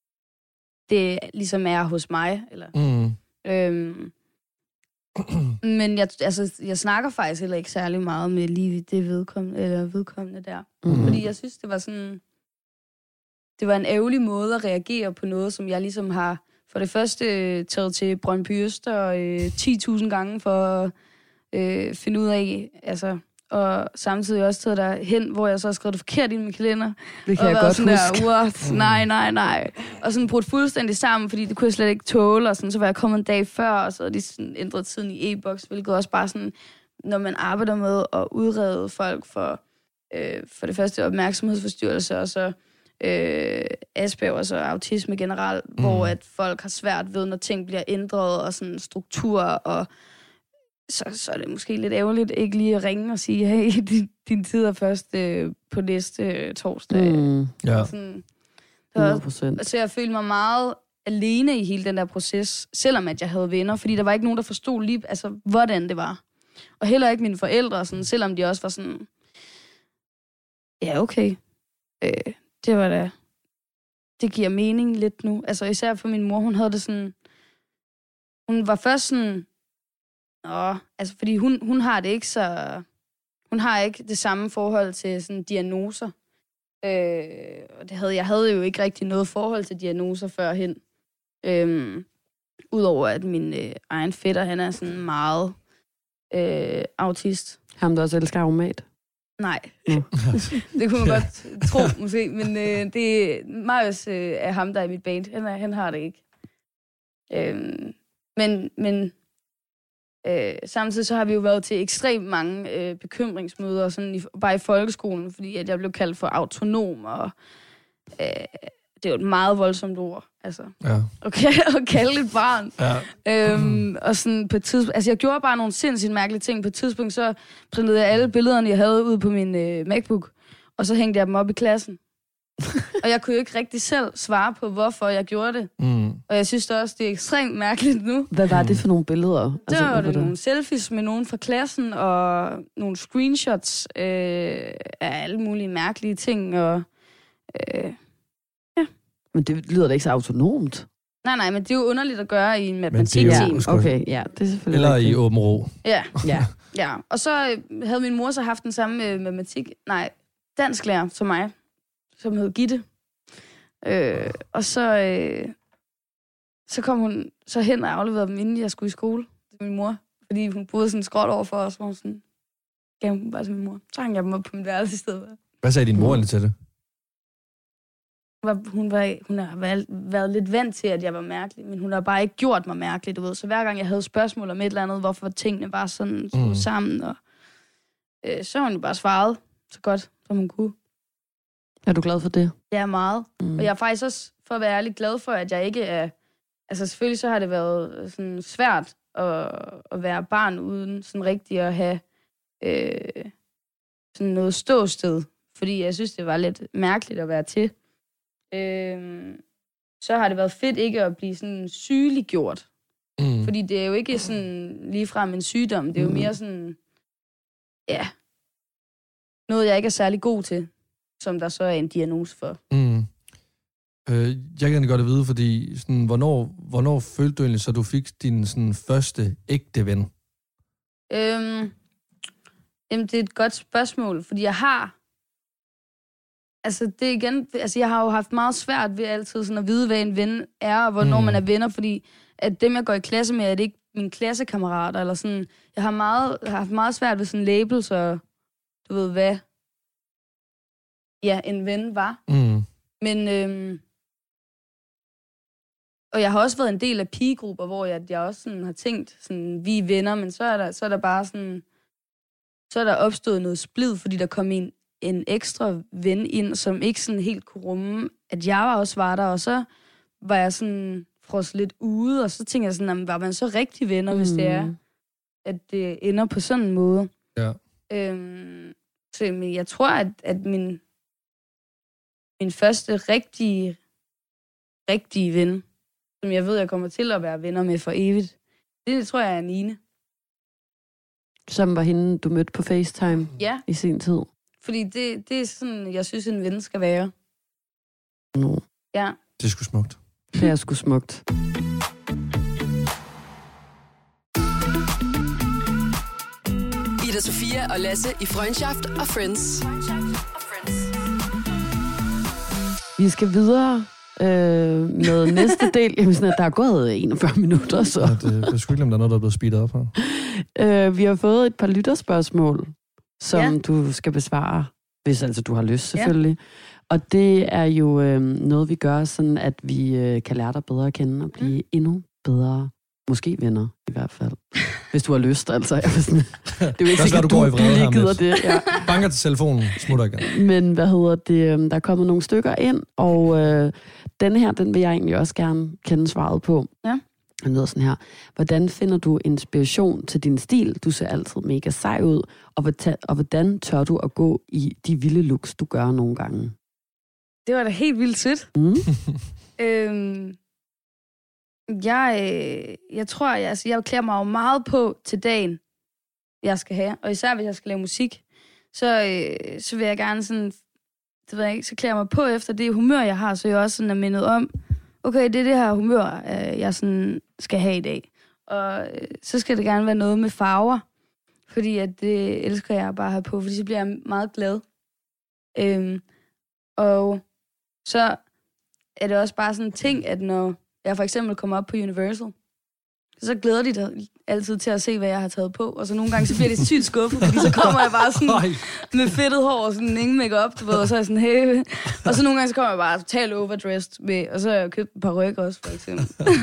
Speaker 3: det ligesom er hos mig, eller... Mm. Øhm, men jeg, altså, jeg snakker faktisk heller ikke særlig meget med lige det vedkommende, eller vedkommende der. Mm. Fordi jeg synes, det var sådan... Det var en ærgerlig måde at reagere på noget, som jeg ligesom har for det første øh, taget til Brøndby Øster øh, ti tusind gange for at øh, finde ud af, altså... Og samtidig også taget der hen, hvor jeg så har skrevet det forkert i min kalender.
Speaker 1: Det kan
Speaker 3: og
Speaker 1: jeg godt
Speaker 3: sådan
Speaker 1: huske.
Speaker 3: Der, what? Nej, nej, nej. Og sådan brudt fuldstændig sammen, fordi det kunne jeg slet ikke tåle. Og sådan, så var jeg kommet en dag før, og så havde de sådan ændret tiden i e-boks, hvilket også bare sådan, når man arbejder med at udrede folk for, øh, for det første opmærksomhedsforstyrrelse, og så øh, Aspergers og autisme generelt, mm. hvor at folk har svært ved, når ting bliver ændret, og sådan struktur og... Så, så er det måske lidt ærgerligt ikke lige at ringe og sige, hey, din, din tid er først øh, på næste øh, torsdag. Mm.
Speaker 2: Ja.
Speaker 3: Sådan, hundrede procent. Så jeg følte mig meget alene i hele den der proces, selvom at jeg havde venner, fordi der var ikke nogen, der forstod lige, altså, hvordan det var. Og heller ikke mine forældre, sådan, selvom de også var sådan, ja, okay, øh, det var da, det giver mening lidt nu. Altså især for min mor, hun havde det sådan, hun var først sådan, Nå, altså fordi hun, hun har det ikke så... Hun har ikke det samme forhold til sådan diagnoser. Øh, og det havde, jeg havde jo ikke rigtig noget forhold til diagnoser førhen. Øh, Udover at min øh, egen fætter, han er sådan meget øh, autist.
Speaker 1: Ham, der også elsker aromat?
Speaker 3: Nej, mm. det kunne man godt tro måske, men øh, det Marius øh, er ham, der er i mit band. Han, er, han har det ikke. Øh, men... men Øh, samtidig så har vi jo været til ekstremt mange øh, bekymringsmøder, sådan i, bare i folkeskolen, fordi at jeg blev kaldt for autonom, og øh, det er jo et meget voldsomt ord, altså. Ja. Okay, at kalde et barn. Ja. Øhm, og sådan på et tidspunkt, altså jeg gjorde bare nogle sindssygt mærkelige ting. På et tidspunkt så printede jeg alle billederne, jeg havde ude på min øh, MacBook, og så hængte jeg dem op i klassen. Og jeg kunne jo ikke rigtig selv svare på, hvorfor jeg gjorde det. Mm. Og jeg synes også, det er ekstremt mærkeligt nu.
Speaker 1: Hvad var det for nogle billeder?
Speaker 3: Der altså, var det nogle selfies med nogen fra klassen, og nogle screenshots øh, af alle mulige mærkelige ting. Og, øh, ja.
Speaker 1: Men det lyder da ikke så autonomt.
Speaker 3: Nej, nej, men det er jo underligt at gøre i en matematikteam.
Speaker 1: Ja, okay, ja, det er selvfølgelig
Speaker 2: Eller
Speaker 1: rigtigt.
Speaker 2: i åben ro.
Speaker 3: Ja, ja, ja. Og så havde min mor så haft den samme med matematik, nej, dansklærer som mig, som hed Gitte. Øh, og så, øh, så kom hun så hen og afleverede dem, inden jeg skulle i skole til min mor. Fordi hun boede sådan skråt over for os, hvor hun sådan, gav dem bare til min mor. Så hang jeg dem op på mit værelse i stedet.
Speaker 2: Hvad sagde din mor egentlig til det?
Speaker 3: Hun, var, hun, var, hun har været, været lidt vant til, at jeg var mærkelig, men hun har bare ikke gjort mig mærkelig, du ved. Så hver gang jeg havde spørgsmål om et eller andet, hvorfor tingene var sådan mm. sammen, og, øh, så har hun jo bare svaret så godt, som hun kunne.
Speaker 1: Er du glad for det?
Speaker 3: Ja, meget. Mm. Og jeg er faktisk også, for at være ærlig, glad for, at jeg ikke er... Altså selvfølgelig så har det været sådan svært at, at være barn uden sådan rigtig at have øh, sådan noget ståsted. Fordi jeg synes, det var lidt mærkeligt at være til. Øh, så har det været fedt ikke at blive sådan sygeliggjort. Mm. Fordi det er jo ikke sådan ligefrem en sygdom. Det er jo mere sådan... Ja. Noget, jeg ikke er særlig god til. Som der så er en diagnose for.
Speaker 2: Mm. Øh, jeg kan godt at vide, fordi sådan, hvornår, hvornår følte du egentlig, så du fik din sådan, første ægte ven?
Speaker 3: Øhm, jamen, det er et godt spørgsmål, fordi jeg har... Altså, det igen... Altså, jeg har jo haft meget svært ved altid sådan at vide, hvad en ven er, og hvornår mm. man er venner, fordi at dem, jeg går i klasse med, er det ikke mine klassekammerater, eller sådan... Jeg har, meget, jeg har haft meget svært ved sådan labels, og du ved, hvad... Ja, en ven var.
Speaker 2: Mm.
Speaker 3: Men... Øhm, og jeg har også været en del af pigegrupper, hvor jeg, jeg også sådan har tænkt, sådan, vi er venner, men så er der, så er der bare sådan... Så er der opstået noget splid, fordi der kom en, en ekstra ven ind, som ikke sådan helt kunne rumme, at jeg også var der, og så var jeg sådan frosset lidt ude, og så tænkte jeg sådan, var man så rigtig venner, mm. hvis det er, at det ender på sådan en måde.
Speaker 2: Ja.
Speaker 3: Øhm, så jeg tror, at, at min, min første rigtige, rigtige ven, som jeg ved, jeg kommer til at være venner med for evigt, det, det tror jeg er Nine.
Speaker 1: Som var hende, du mødte på FaceTime
Speaker 3: ja.
Speaker 1: i sin tid.
Speaker 3: Fordi det, det er sådan, jeg synes, en ven skal være.
Speaker 1: No.
Speaker 3: Ja.
Speaker 2: Det er sgu smukt.
Speaker 1: Det er sgu smukt.
Speaker 4: Ida Sofia og Lasse i Freundschaft og Friends.
Speaker 1: Vi skal videre øh, med næste del. Jamen sådan, at der er gået enogfyrre minutter, så...
Speaker 2: Ja, det er sgu ikke, om der er noget, der er blevet speedet op her.
Speaker 1: Øh, vi har fået et par lytterspørgsmål, som
Speaker 3: ja.
Speaker 1: du skal besvare, hvis altså du har lyst selvfølgelig. Ja. Og det er jo øh, noget, vi gør sådan, at vi øh, kan lære dig bedre at kende og blive mm. endnu bedre, måske venner i hvert fald. Hvis du har lyst, altså. Jeg sådan, det er jo ikke sikkert, du, du, du lige gider det. Ja.
Speaker 2: Banker til telefonen, smutter igen.
Speaker 1: Men hvad hedder det? Der er kommet nogle stykker ind, og øh, denne her, den vil jeg egentlig også gerne kende svaret på.
Speaker 3: Ja.
Speaker 1: Den lyder sådan her. Hvordan finder du inspiration til din stil? Du ser altid mega sej ud. Og hvordan, og hvordan tør du at gå i de vilde looks, du gør nogle gange?
Speaker 3: Det var da helt vildt sødt.
Speaker 1: Mm.
Speaker 3: øhm, jeg, jeg tror, jeg, altså, jeg klæder mig jo meget på til dagen, jeg skal have. Og især hvis jeg skal lave musik, så, øh, så vil jeg gerne sådan, det ved jeg ikke, så klæder jeg mig på efter det humør, jeg har, så jeg også sådan er mindet om, okay, det er det her humør, jeg sådan skal have i dag. Og så skal det gerne være noget med farver, fordi at det elsker jeg bare at have på, fordi så bliver jeg meget glad. Øhm, og så er det også bare sådan en ting, at når jeg for eksempel kommer op på Universal, så glæder de dig altid til at se, hvad jeg har taget på. Og så nogle gange, så bliver det sygt skuffet, fordi så kommer jeg bare sådan med fedtet hår og sådan ingen make-up, du ved, og så er jeg sådan, hey. Og så nogle gange, så kommer jeg bare totalt overdressed med, og så har jeg købt en paryk også, for eksempel.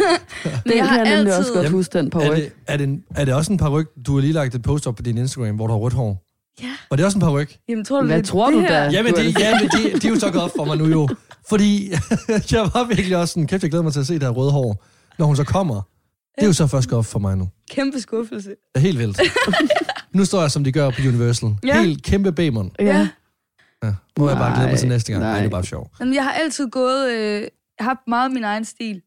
Speaker 1: Men jeg har jeg altid... også godt huske den paryk.
Speaker 2: Er det, er, det er det også en paryk, du har lige lagt et post op på din Instagram, hvor du har rødt hår?
Speaker 3: Ja.
Speaker 2: Og det er også en paryk?
Speaker 3: Jamen, tror du,
Speaker 1: Hvad
Speaker 3: det,
Speaker 1: tror
Speaker 3: det
Speaker 1: du
Speaker 3: her?
Speaker 1: da?
Speaker 2: Jamen, det, jamen det, det er jo så godt for mig nu jo. Fordi jeg var virkelig også sådan, kæft, jeg glæder mig til at se det her røde hår, når hun så kommer. Det er jo så først op for mig nu.
Speaker 3: Kæmpe skuffelse.
Speaker 2: Det er helt vildt. Nu står jeg, som de gør på Universal.
Speaker 3: Ja.
Speaker 2: Helt kæmpe bamon.
Speaker 3: Ja.
Speaker 2: Ja. Må jeg bare glæde mig til næste gang.
Speaker 1: Nej.
Speaker 2: Nej, det er bare sjovt.
Speaker 3: Men jeg har altid gået, øh, jeg har haft meget min egen stil.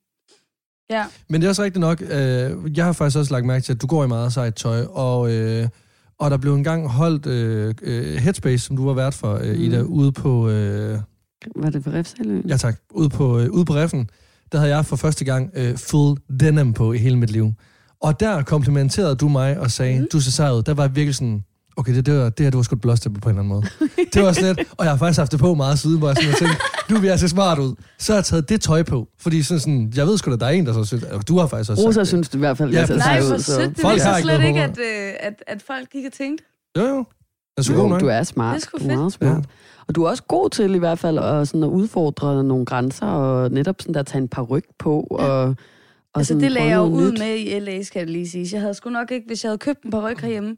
Speaker 3: Ja.
Speaker 2: Men det er også rigtigt nok. Øh, jeg har faktisk også lagt mærke til, at du går i meget sejt tøj, og, øh, og der blev engang holdt øh, øh, Headspace, som du var vært for, øh, Ida, mm. ude på... Øh,
Speaker 1: Var det på Refsaløen?
Speaker 2: ja tak. Ude på, øh, ude på Reffen, der havde jeg for første gang øh, full denim på i hele mit liv. Og der komplimenterede du mig og sagde, mm. du ser sej ud. Der var jeg virkelig sådan, okay, det, det, var, det her, det var sgu et blåstempel på en eller anden måde. Det var sådan lidt, og jeg har faktisk haft det på meget siden, hvor jeg sådan, jeg tænkte, nu vil jeg se smart ud. Så har jeg taget det tøj på, fordi sådan, sådan jeg ved sgu da, der er en, der så synes, du har faktisk også
Speaker 1: Rosa
Speaker 2: sagt
Speaker 1: synes du i hvert fald,
Speaker 2: ja,
Speaker 1: jeg ser
Speaker 3: Nej,
Speaker 1: sej
Speaker 3: for
Speaker 1: ud. Så.
Speaker 3: sødt. Det
Speaker 2: Folk
Speaker 3: vidste
Speaker 2: har
Speaker 3: jeg
Speaker 2: ikke
Speaker 3: slet
Speaker 2: noget
Speaker 3: ikke,
Speaker 2: på
Speaker 3: at, øh, at, at folk ikke har tænkt.
Speaker 2: Jo, jo. Jeg er god nok.
Speaker 1: Du er smart.
Speaker 3: Det er sgu
Speaker 1: du er meget
Speaker 3: fedt.
Speaker 1: smart. Og du er også god til i hvert fald at, sådan, at udfordre nogle grænser, og netop sådan der tage en paryk på. Og, og
Speaker 3: Altså,
Speaker 1: sådan
Speaker 3: det lagde jeg jo
Speaker 1: noget
Speaker 3: ud
Speaker 1: nyt.
Speaker 3: med i L A, skal jeg lige sige. Jeg havde sgu nok ikke, hvis jeg havde købt en paryk herhjemme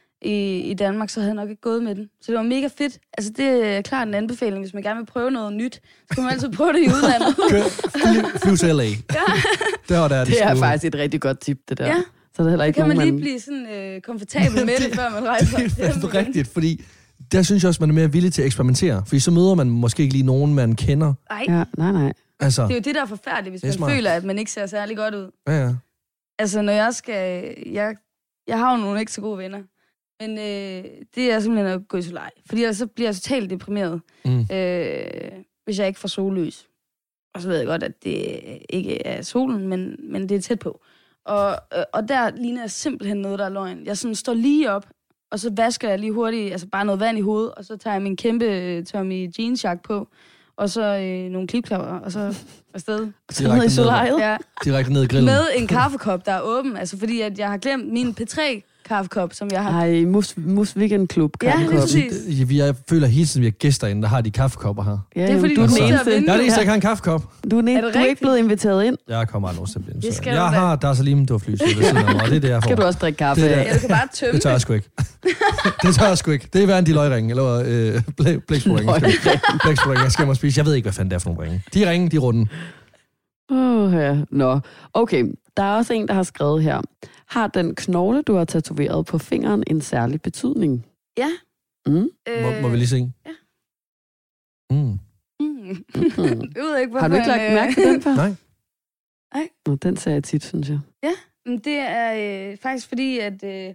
Speaker 3: i, i Danmark, så havde jeg nok ikke gået med den. Så det var mega fedt. Altså, det er klart en anbefaling, hvis man gerne vil prøve noget nyt. Så kan man altid prøve det i udlandet.
Speaker 2: Fly, flyv til L A.
Speaker 3: Ja.
Speaker 2: Der, der er
Speaker 1: Det er
Speaker 2: sgu-
Speaker 1: faktisk et rigtig godt tip, det der.
Speaker 3: Ja.
Speaker 1: Så er der heller
Speaker 3: Så
Speaker 1: ikke
Speaker 3: kan man
Speaker 1: nogen,
Speaker 3: lige blive sådan øh, komfortabel med det, før man rejser.
Speaker 2: Det er fandme rigtigt, fordi der synes jeg også, man er mere villig til at eksperimentere. Fordi så møder man måske ikke lige nogen, man kender.
Speaker 3: Nej,
Speaker 1: Ja, nej, nej.
Speaker 2: Altså,
Speaker 3: det er jo det, der er forfærdeligt, hvis
Speaker 2: Det er
Speaker 3: man
Speaker 2: smart.
Speaker 3: føler, at man ikke ser særlig godt ud.
Speaker 2: ja, ja.
Speaker 3: Altså, når jeg skal... Jeg, jeg har jo nogle ikke så gode venner. Men øh, det er simpelthen at gå i solej. Fordi ellers så bliver jeg totalt deprimeret,
Speaker 2: Mm.
Speaker 3: øh, hvis jeg ikke får sollys. Og så ved jeg godt, at det ikke er solen, men, men det er tæt på. Og, øh, og der ligner jeg simpelthen noget, der er løgn. Jeg sådan står lige op, og så vasker jeg lige hurtigt, altså bare noget vand i hovedet, og så tager jeg min kæmpe Tommy jeansjakke på, og så øh, nogle klipklapper, og så afsted.
Speaker 1: Direkte i solariet?
Speaker 3: Ja.
Speaker 2: Direkte ned i grillen.
Speaker 3: Med en kaffekop, der er åben, altså fordi at jeg har glemt min P tre kaffekop, som jeg har...
Speaker 1: Ej, Mus, Mus Weekend Club kaffekop.
Speaker 3: Ja, præcis.
Speaker 2: Vi, jeg føler hele tiden, vi har gæster inde, der har de kaffekopper her.
Speaker 1: Ja,
Speaker 3: det er fordi,
Speaker 1: du er
Speaker 3: du
Speaker 1: den
Speaker 3: er
Speaker 1: eneste.
Speaker 3: til at vinde.
Speaker 2: Jeg er det eneste, der kan en kaffekop.
Speaker 1: Du er, den eneste.
Speaker 3: Er
Speaker 1: Du er ikke blevet inviteret ind.
Speaker 2: Jeg kommer aldrig nogensinde til
Speaker 3: Det skal
Speaker 2: Jeg
Speaker 3: du
Speaker 2: har Dar Salim Duftlys ved siden af mig, og det er det, jeg får.
Speaker 1: Skal du også drikke kaffe?
Speaker 2: Det er-
Speaker 3: Ja, du kan bare tømme
Speaker 2: Det tør jeg sgu ikke. Det tør jeg sgu ikke. Det er hverken de løgringe, eller øh, blæ- blækspruringe. Blækspruringe, jeg skal mig spise. Jeg ved ikke, hvad fanden det er for nogle ringe. De ringe, de er runde.
Speaker 1: Åh, ja. Nå, okay. Der er også en, der har skrevet her. Har den knogle, du har tatoveret på fingeren, en særlig betydning?
Speaker 3: Ja.
Speaker 1: Mm.
Speaker 2: Må, må vi lige se?
Speaker 3: Ja.
Speaker 2: Mm.
Speaker 3: Mm.
Speaker 1: Mm.
Speaker 3: Jeg ved ikke,
Speaker 1: Har du ikke
Speaker 3: hvorfor
Speaker 1: lagt
Speaker 3: han, øh,
Speaker 1: mærke til den før?
Speaker 2: Nej.
Speaker 3: Nej.
Speaker 1: Nå, den ser jeg tit, synes jeg.
Speaker 3: Men det er øh, faktisk fordi, at øh,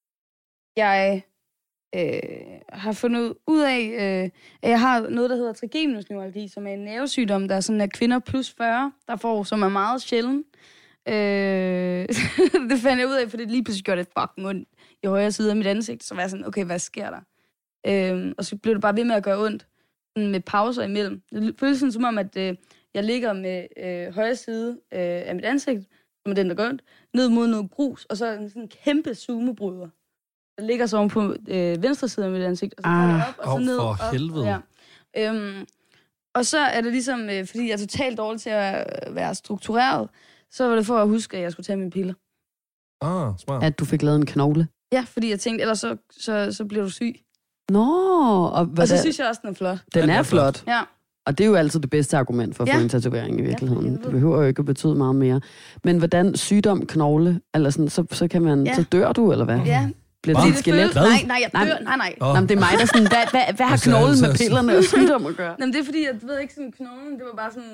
Speaker 3: jeg øh, har fundet ud af, øh, at jeg har noget, der hedder trigeminusneuralgi, som er en nervesygdom, der er sådan, at kvinder plus fyrre, der får, som er meget sjælden. Øh, det fandt jeg ud af, fordi det lige pludselig gjorde det fucking ondt i højre side af mit ansigt. Så var jeg sådan, okay, hvad sker der? Øh, og så blev det bare ved med at gøre ondt, sådan med pauser imellem. Det føles sådan som om, at øh, jeg ligger med øh, højre side øh, af mit ansigt, som er den, der gør ondt, ned mod noget grus, og så en sådan kæmpe sumebryder. Der ligger så oven på øh, venstre side af mit ansigt, og så
Speaker 1: Ah.
Speaker 3: ah, op, og så
Speaker 2: Åh,
Speaker 3: ned.
Speaker 2: for
Speaker 3: op,
Speaker 2: helvede.
Speaker 3: Ja. Øhm, og så er det ligesom, øh, fordi jeg er totalt dårlig til at være struktureret, så var det for at huske, at jeg skulle tage mine piller.
Speaker 2: Ah, smart.
Speaker 1: At du fik lavet en knogle.
Speaker 3: Ja, fordi jeg tænkte, ellers så, så, så bliver du syg.
Speaker 1: Nå, og, hvad
Speaker 3: Og så
Speaker 1: der,
Speaker 3: synes jeg også, den er flot.
Speaker 1: den
Speaker 2: Den
Speaker 1: er
Speaker 2: er
Speaker 1: flot.
Speaker 3: Ja.
Speaker 1: Og det er jo altid det bedste argument for at
Speaker 3: Ja.
Speaker 1: få en tatovering i virkeligheden.
Speaker 3: Ja, jeg ved
Speaker 1: Det behøver jo ikke at betyde meget mere. Men hvordan sygdom, knogle, eller sådan, så, så, kan man,
Speaker 3: Ja.
Speaker 1: så dør du, eller hvad?
Speaker 3: Ja.
Speaker 1: Bliver
Speaker 2: Fordi
Speaker 1: det et skelet?
Speaker 3: føles, nej, nej, jeg
Speaker 1: Nej.
Speaker 3: dør. Nej, nej.
Speaker 2: Åh.
Speaker 1: Nå, men det er mig, der sådan, hvad, hvad, hvad har
Speaker 2: Altså,
Speaker 1: knoglen med
Speaker 2: altså-
Speaker 1: pillerne og sygdom at gøre?
Speaker 3: Jamen, det er fordi, jeg ved ikke sådan knoglen, det var bare sådan...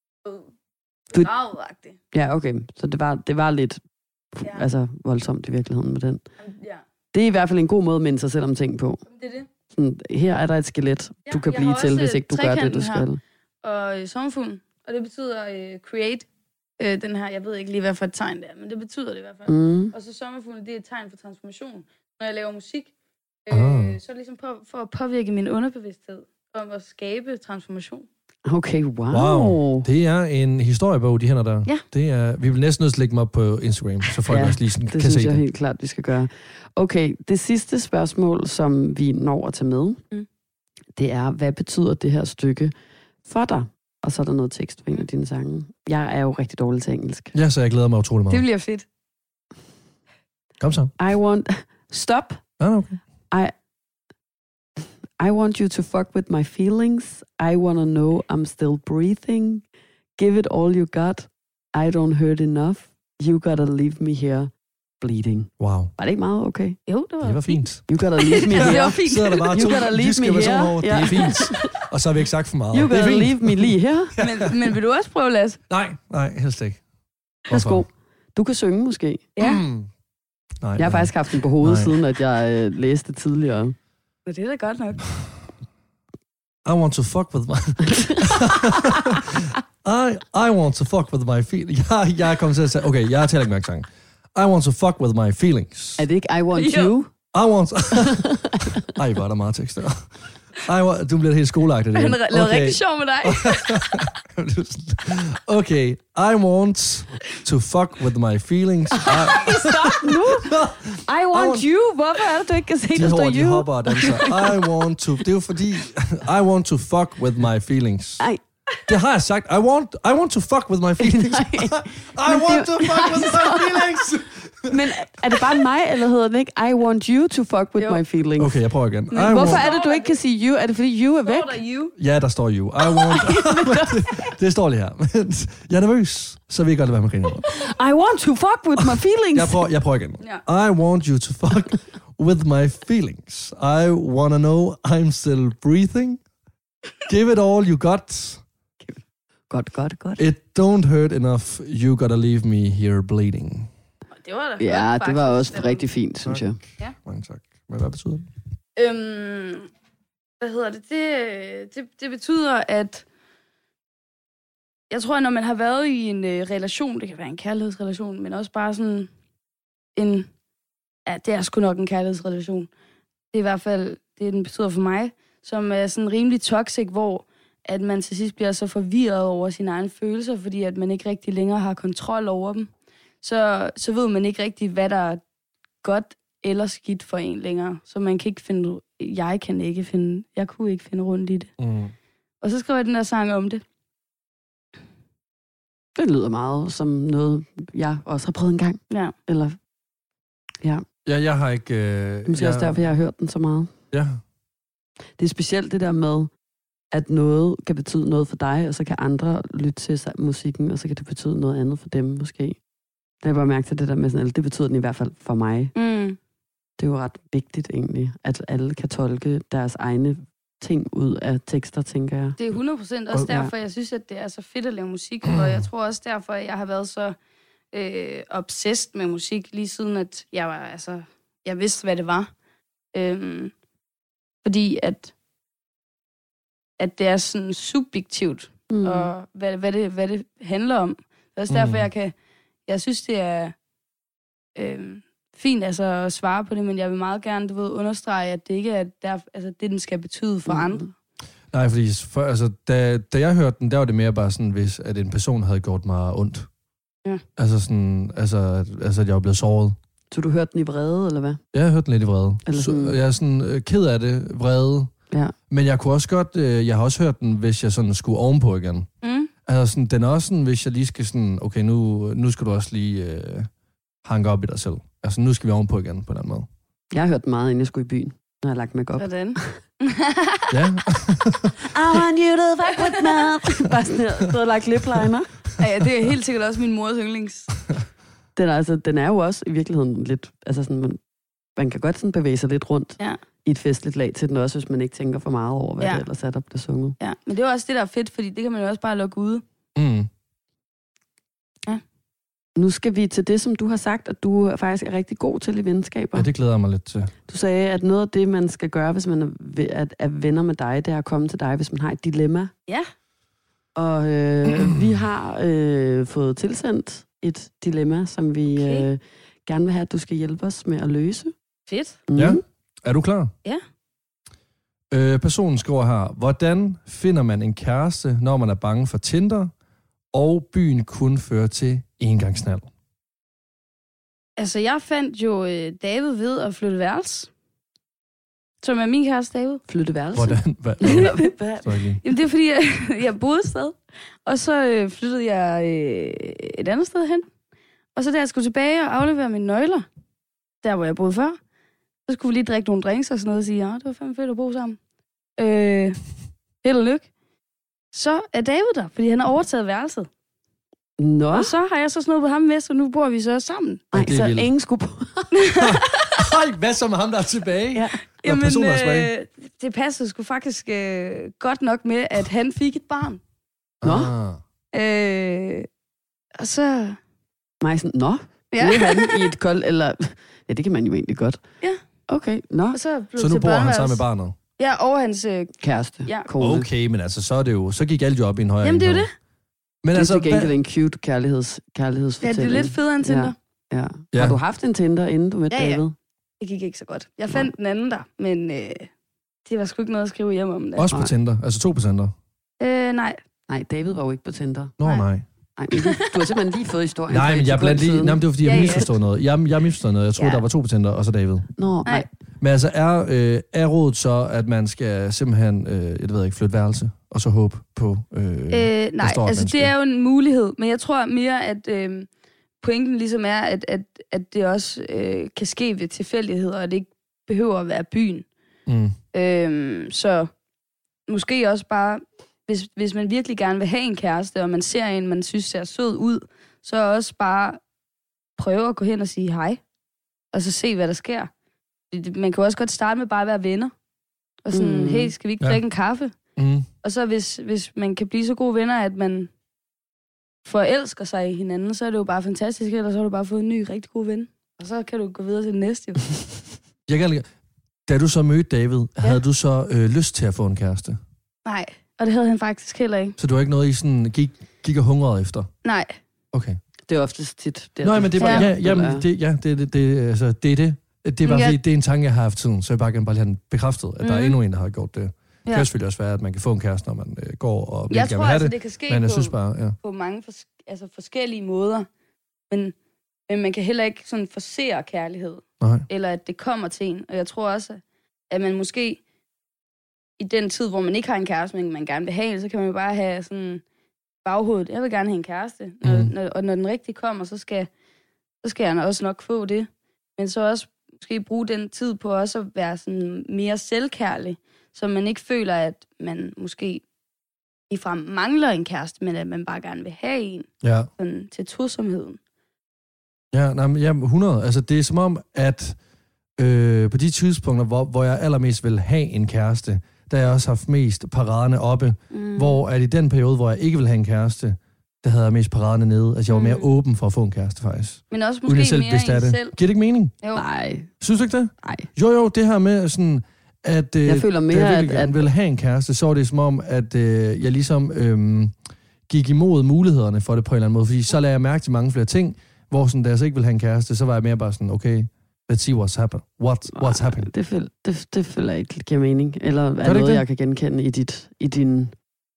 Speaker 1: Du-
Speaker 3: Ravagtigt.
Speaker 1: Ja, okay. Så det var, det var lidt
Speaker 3: Ja.
Speaker 1: altså, voldsomt i virkeligheden med den.
Speaker 3: Ja,
Speaker 1: Det er i hvert fald en god måde at minde sig selv om ting på.
Speaker 3: det er det.
Speaker 1: Sådan, her er der et skelet,
Speaker 3: Ja,
Speaker 1: du kan
Speaker 3: jeg
Speaker 1: blive
Speaker 3: har
Speaker 1: til,
Speaker 3: også
Speaker 1: hvis ikke du gør det, du
Speaker 3: trekanten her.
Speaker 1: skal.
Speaker 3: Og øh, sommerfuglen, og det betyder øh, create. Øh, den her, jeg ved ikke lige, hvad for et tegn det er, men det betyder det i hvert fald.
Speaker 1: Mm.
Speaker 3: Og så sommerfuglen, det er et tegn for transformation. Når jeg laver musik, øh,
Speaker 2: Ah.
Speaker 3: så er det ligesom på, for at påvirke min underbevidsthed om at skabe transformation.
Speaker 1: Okay, wow.
Speaker 2: Wow. Det er en historiebog, de hænder der.
Speaker 3: Ja.
Speaker 2: Det er, vi vil næsten nødt til at lægge dem op på Instagram, så folk
Speaker 1: Ja,
Speaker 2: også lige sådan
Speaker 1: Det
Speaker 2: kan
Speaker 1: synes
Speaker 2: se
Speaker 1: jeg
Speaker 2: det.
Speaker 1: helt klart, vi skal gøre. Okay, det sidste spørgsmål, som vi når at tage med,
Speaker 3: Mm.
Speaker 1: det er, hvad betyder det her stykke for dig? Og så er der noget tekst for en af dine sange. Jeg er jo rigtig dårlig til engelsk.
Speaker 2: Ja, så jeg glæder mig utrolig
Speaker 3: Det
Speaker 2: meget.
Speaker 3: bliver fedt.
Speaker 2: Kom så.
Speaker 1: I want... Stop.
Speaker 2: Ah, okay.
Speaker 1: I... I want you to fuck with my feelings. I wanna know I'm still breathing. Give it all you got. I don't hurt enough. You gotta leave me here bleeding.
Speaker 2: Wow.
Speaker 1: Var det ikke meget okay?
Speaker 3: Jo, det var,
Speaker 2: Det var fint.
Speaker 1: You gotta leave me
Speaker 3: Ja, det
Speaker 1: here.
Speaker 3: var fint.
Speaker 2: Sidder der bare
Speaker 1: You
Speaker 2: to
Speaker 1: gotta leave
Speaker 2: jyske
Speaker 1: me
Speaker 2: personer
Speaker 1: here.
Speaker 2: over. Det
Speaker 1: Ja.
Speaker 2: er fint. Og så har vi ikke sagt for meget.
Speaker 1: You
Speaker 2: det er
Speaker 1: gotta
Speaker 2: fint.
Speaker 1: leave me lige her.
Speaker 3: Men, men vil du også prøve, Lasse?
Speaker 2: Nej, nej, helst ikke.
Speaker 1: Værsgo. Du kan synge måske.
Speaker 3: Ja.
Speaker 2: Mm. Nej,
Speaker 1: Jeg har faktisk haft den på hovedet,
Speaker 2: Nej.
Speaker 1: siden at jeg øh, læste tidligere.
Speaker 3: Men det er da godt nok.
Speaker 2: I want to fuck with my... I, I want to fuck with my feelings. Jeg, jeg er kommet til at sige... Okay, jeg taler ikke mærke sang. I want to fuck with my feelings.
Speaker 1: Er det ikke I want
Speaker 3: Jo.
Speaker 1: you?
Speaker 2: I want... Ej, hvor er der meget tekst der. I want... Du bliver helt skoleagtig.
Speaker 3: Han lavede okay. rigtig sjov med dig.
Speaker 2: Okay, I want to fuck with my feelings. I,
Speaker 1: Stop nu! I want
Speaker 2: want-
Speaker 1: you! Hvorfor er det, du ikke kan se,
Speaker 2: de,
Speaker 1: der står
Speaker 2: hår, de
Speaker 1: you?
Speaker 2: hopper og danser. I want to... Det er jo fordi... I want to fuck with my feelings.
Speaker 1: Ej,
Speaker 2: Det har jeg sagt. I want, I want to fuck with my feelings.
Speaker 1: Nej.
Speaker 2: I
Speaker 1: Men
Speaker 2: want
Speaker 1: det-
Speaker 2: to fuck with my feelings.
Speaker 1: men er det bare mig, eller hedder det ikke I want you to fuck with
Speaker 3: Jo.
Speaker 1: my feelings?
Speaker 2: Okay, jeg prøver igen. I
Speaker 1: Hvorfor
Speaker 2: want,
Speaker 1: er det, du ikke kan sige you? Er det, fordi you er væk?
Speaker 3: Står der you?
Speaker 2: Ja, der står you. I want... det, det står lige her. Men jeg er nervøs, så ved jeg godt, hvad man griner.
Speaker 1: I want to fuck with my feelings.
Speaker 2: Jeg prøver, jeg prøver igen.
Speaker 3: Ja.
Speaker 2: I want you to fuck with my feelings. I wanna know I'm still breathing. Give it all you got.
Speaker 1: Godt, godt, godt.
Speaker 2: It don't hurt enough. You gotta leave me here bleeding.
Speaker 3: Det var da
Speaker 1: Ja,
Speaker 3: godt,
Speaker 1: det var
Speaker 3: faktisk.
Speaker 1: også rigtig fint, synes jeg.
Speaker 2: Mange tak. Men hvad betyder det?
Speaker 3: Øhm, hvad hedder det? Det, det? Det betyder, at jeg tror, at når man har været i en øh, relation, det kan være en kærlighedsrelation, men også bare sådan en, ja, det er sgu nok en kærlighedsrelation, Det er i hvert fald det, den betyder for mig, som er sådan rimelig toxic, hvor at man til sidst bliver så forvirret over sine egne følelser, fordi at man ikke rigtig længere har kontrol over dem. Så, så ved man ikke rigtig, hvad der er godt eller skidt for en længere. Så man kan ikke finde, jeg kan ikke finde, jeg kunne ikke finde rundt i det.
Speaker 2: Mm.
Speaker 3: Og så skriver jeg den der sang om det.
Speaker 1: Det lyder meget som noget, jeg også har prøvet en gang.
Speaker 3: Ja.
Speaker 1: Eller, ja.
Speaker 2: Ja, jeg har ikke... Øh,
Speaker 1: Det er
Speaker 2: jeg,
Speaker 1: også derfor, jeg har hørt den så meget.
Speaker 2: Ja.
Speaker 1: Det er specielt det der med, at noget kan betyde noget for dig, og så kan andre lytte til musikken, og så kan det betyde noget andet for dem måske. Det har jeg bare mærket til det der med sådan, eller det betyder den i hvert fald for mig.
Speaker 3: Mm.
Speaker 1: Det er jo ret vigtigt egentlig, at alle kan tolke deres egne ting ud af tekster, tænker jeg.
Speaker 3: Det er hundrede procent også
Speaker 1: Ja.
Speaker 3: derfor, jeg synes, at det er så fedt at lave musik, og jeg tror også derfor, at jeg har været så øh, obsessed med musik, lige siden at jeg var, altså, jeg vidste, hvad det var. Øhm, fordi at, at det er sådan subjektivt,
Speaker 1: Mm.
Speaker 3: og hvad, hvad, det, hvad det handler om. Det er også derfor,
Speaker 2: Mm.
Speaker 3: jeg kan, jeg synes, det er øh, fint altså, at svare på det, men jeg vil meget gerne, du ved, understrege, at det ikke er der, altså, det, den skal betyde for
Speaker 1: Mm.
Speaker 3: andre.
Speaker 2: Nej, fordi for, altså, da, da jeg hørte den, der var det mere bare sådan, hvis at en person havde gjort mig ondt.
Speaker 3: Ja.
Speaker 2: Altså sådan, altså, at- altså at jeg var blevet såret.
Speaker 1: Så du hørte den i vrede, eller hvad?
Speaker 2: Jeg har hørt den lidt i vrede.
Speaker 1: Eller
Speaker 2: Så,
Speaker 1: sådan-
Speaker 2: jeg er sådan øh, ked af det, vrede.
Speaker 1: Ja.
Speaker 2: Men jeg kunne også godt, øh, jeg har også hørt den, hvis jeg sådan skulle ovenpå igen.
Speaker 3: Mm.
Speaker 2: Altså sådan, den er også sådan, hvis jeg lige skal sådan, okay, nu, nu skal du også lige øh, hanke op i dig selv. Altså nu skal vi ovenpå igen på den måde.
Speaker 1: Jeg har hørt den meget, inden jeg skulle i byen, når jeg har lagt mig op.
Speaker 3: Hvordan?
Speaker 2: Ja.
Speaker 1: I want you to fuck with me. Bare sådan her, du har lagt lipliner.
Speaker 3: Ja, ja, det er helt sikkert også min mors yndlings.
Speaker 1: Den er, altså, den er jo også i virkeligheden lidt, altså sådan, man, man kan godt sådan bevæge sig lidt rundt
Speaker 3: Ja.
Speaker 1: i et festligt lag til den også, hvis man ikke tænker for meget over, hvad
Speaker 3: Ja.
Speaker 1: det ellers er, der bliver sunget.
Speaker 3: Ja, men det er jo også det, der er fedt, fordi det kan man jo også bare lukke ude.
Speaker 2: Mm.
Speaker 1: Nu skal vi til det, som du har sagt, at du faktisk er rigtig god til i venskaber.
Speaker 2: Ja, det glæder jeg mig lidt til.
Speaker 1: Du sagde, at noget af det, man skal gøre, hvis man er, ve- er, er venner med dig, det er at komme til dig, hvis man har et dilemma.
Speaker 3: Ja.
Speaker 1: Og øh, vi har øh, fået tilsendt et dilemma, som vi
Speaker 3: Okay.
Speaker 1: øh, gerne vil have, at du skal hjælpe os med at løse.
Speaker 3: Fedt.
Speaker 1: Mm.
Speaker 2: Ja. Er du klar?
Speaker 3: Ja.
Speaker 2: Øh, personen skriver her, hvordan finder man en kæreste, når man er bange for Tinder, og byen kun fører til engangsknald?
Speaker 3: Altså, jeg fandt jo øh, David ved at flytte værelse. Som er min kæreste, David.
Speaker 1: Flytte værelse.
Speaker 2: Hvordan? Hvad?
Speaker 1: Hvad?
Speaker 2: Så ikke lige.
Speaker 3: Jamen, det er fordi, jeg, jeg boede et sted. Og så øh, flyttede jeg øh, et andet sted hen. Og så da jeg skulle tilbage og aflevere mine nøgler, der hvor jeg boede før, så skulle vi lige drikke nogle drinks og sådan noget og sige, ja, det var fandme fedt at bo sammen. Øh, held og lykke. Så er David der, fordi han har overtaget værelset.
Speaker 1: Nå,
Speaker 3: Og så har jeg så snuppet ham med, så nu bor vi så sammen.
Speaker 1: nej,
Speaker 2: det er
Speaker 1: så
Speaker 2: vildt.
Speaker 1: ingen skulle på.
Speaker 2: Hold, hvad så med ham, der er tilbage?
Speaker 1: Ja.
Speaker 2: Når personen er tilbage?
Speaker 3: øh, det passede sgu faktisk øh, godt nok med, at han fik et barn.
Speaker 1: Nå.
Speaker 2: Ah.
Speaker 3: Øh, og så...
Speaker 1: Mig sådan, nå,
Speaker 3: Ja.
Speaker 1: ja. han i et kold, eller... Ja, det kan man jo egentlig godt.
Speaker 3: Ja.
Speaker 1: Okay, nå.
Speaker 3: Og så, blev
Speaker 2: Så
Speaker 3: det
Speaker 2: nu
Speaker 3: til
Speaker 2: bor han
Speaker 3: børneværelse.
Speaker 2: sammen med barnet?
Speaker 3: Ja, og hans... Øh,
Speaker 1: Kæreste,
Speaker 3: Ja.
Speaker 1: kone.
Speaker 2: Okay, men altså, så er det jo, så gik alt jo op i en højere
Speaker 3: jamen, det er jo
Speaker 2: enhed.
Speaker 3: det.
Speaker 2: Men
Speaker 1: Det er
Speaker 2: altså,
Speaker 1: til gengæld
Speaker 2: hvad,
Speaker 1: en cute kærligheds,
Speaker 3: Ja,
Speaker 1: kærlighedsfortælling.
Speaker 3: det er lidt federe end Tinder.
Speaker 1: Ja. Ja.
Speaker 2: Ja.
Speaker 1: Har du haft en Tinder, inden du mødte
Speaker 3: Ja, ja.
Speaker 1: David?
Speaker 3: Det gik ikke så godt. Jeg fandt den anden der, men øh, det var sgu ikke noget at skrive hjem om. Da.
Speaker 2: også på
Speaker 1: Nej.
Speaker 2: Tinder? Altså to på Tinder?
Speaker 3: Øh, nej.
Speaker 1: Nej, David var jo ikke på Tinder.
Speaker 2: Nå,
Speaker 3: Nej.
Speaker 2: nej.
Speaker 1: Nej, men du, du har simpelthen lige fået historien.
Speaker 2: Nej,
Speaker 1: for
Speaker 2: men
Speaker 1: et
Speaker 2: jeg
Speaker 1: sekund
Speaker 2: blandt lige...
Speaker 1: siden.
Speaker 2: Nej, men det var, fordi jeg
Speaker 3: Ja, ja.
Speaker 2: misforstod noget. Jeg, jeg misforstod noget. Jeg troede,
Speaker 3: Ja.
Speaker 2: der var to på Tinder, og så David.
Speaker 1: Nå, nej.
Speaker 3: Nej.
Speaker 2: Men altså, er, øh, er rådet så, at man skal simpelthen, øh, jeg ved ikke, flytte værelse, og så håbe på... Øh,
Speaker 3: Øh, nej,
Speaker 2: står, at
Speaker 3: altså
Speaker 2: man
Speaker 3: det
Speaker 2: skal-
Speaker 3: er jo en mulighed, men jeg tror mere, at øh, pointen ligesom er, at, at, at det også øh, kan ske ved tilfældigheder, og det ikke behøver at være byen.
Speaker 2: mm,
Speaker 3: Øh, så måske også bare, hvis, hvis man virkelig gerne vil have en kæreste, og man ser en, man synes ser sød ud, så også bare prøve at gå hen og sige hej, og så se, hvad der sker. Det- Man kan jo også godt starte med bare at være venner, og sådan,
Speaker 1: Mm.
Speaker 3: hey, skal vi ikke
Speaker 2: Ja.
Speaker 3: drikke en kaffe?
Speaker 2: mm.
Speaker 3: Og så hvis, hvis man kan blive så gode venner, at man forelsker sig i hinanden, så er det jo bare fantastisk, ellers så har du bare fået en ny, rigtig god ven. Og så kan du gå videre til den næste. Jo.
Speaker 2: Jeg kan, da du så mødte David, ja. havde du så øh, lyst til at få en kæreste?
Speaker 3: Nej, og det havde han faktisk heller ikke.
Speaker 2: Så du har ikke noget, I sådan gik, gik og hungrede efter?
Speaker 3: Nej,
Speaker 2: Okay.
Speaker 1: Det er oftest tit. Det,
Speaker 2: Nej, men det er bare,
Speaker 3: Ja.
Speaker 2: ja, jamen, det, ja, det, det, det, altså, det er det. Det er bare
Speaker 3: Ja.
Speaker 2: fordi, det er en tanke, jeg har haft tiden, så jeg bare gerne bare lige have den bekræftet, at mm. der er
Speaker 3: Mhm.
Speaker 2: endnu en, der har gjort det. Det
Speaker 3: Ja.
Speaker 2: kan selvfølgelig også være, at man kan få en kæreste, når man øh, går og vil
Speaker 3: Jeg
Speaker 2: gerne
Speaker 3: tror
Speaker 2: vil have
Speaker 3: altså,
Speaker 2: det.
Speaker 3: det kan ske
Speaker 2: Men jeg
Speaker 3: på,
Speaker 2: synes bare, ja.
Speaker 3: på mange fors- altså forskellige måder. Men, men man kan heller ikke sådan forsere kærlighed,
Speaker 2: Nej.
Speaker 3: eller at det kommer til en. Og jeg tror også, at man måske i den tid, hvor man ikke har en kæreste, men man gerne vil have, så kan man jo bare have sådan baghovedet. Jeg vil gerne have en kæreste. Når,
Speaker 2: Mhm.
Speaker 3: når, og når den rigtige kommer, så skal, så skal jeg også nok få det. Men så også måske bruge den tid på også at være sådan mere selvkærlig, så man ikke føler, at man måske ifrem mangler en kæreste, men at man bare gerne vil have en
Speaker 2: Ja.
Speaker 3: sådan, til tosomheden.
Speaker 2: Ja, nej, men, ja, hundrede. Altså, det er som om, at øh, på de tidspunkter, hvor, hvor jeg allermest vil have en kæreste, der har jeg også haft mest paraderne oppe,
Speaker 3: Mm.
Speaker 2: hvor at i den periode, hvor jeg ikke vil have en kæreste, der havde jeg mest paraderne nede. Altså, jeg var mere
Speaker 3: Mm.
Speaker 2: åben for at få en kæreste, faktisk.
Speaker 3: Men også
Speaker 2: Uden jeg
Speaker 3: måske
Speaker 2: selv
Speaker 3: mere
Speaker 2: vidste af
Speaker 3: en
Speaker 2: det.
Speaker 3: selv.
Speaker 2: Giver det ikke mening?
Speaker 3: Jo.
Speaker 1: Nej,
Speaker 2: Synes du ikke det?
Speaker 1: nej.
Speaker 2: Jo, jo, det her med sådan, at øh,
Speaker 1: Jeg føler mere,
Speaker 2: da jeg virkelig
Speaker 1: at-
Speaker 2: gerne ville have en kæreste, så var det som om, at øh, jeg ligesom øh, gik imod mulighederne for det på en eller anden måde. Fordi så lagde jeg mærke til mange flere ting, hvor sådan, da jeg så ikke ville have en kæreste, så var jeg mere bare sådan, okay, let's see what's happened. What, what's happening?
Speaker 1: Det, føl, det, det føler jeg ikke giver mening. Eller er
Speaker 2: det
Speaker 1: noget,
Speaker 2: ikke det?
Speaker 1: jeg kan genkende i, dit, i din,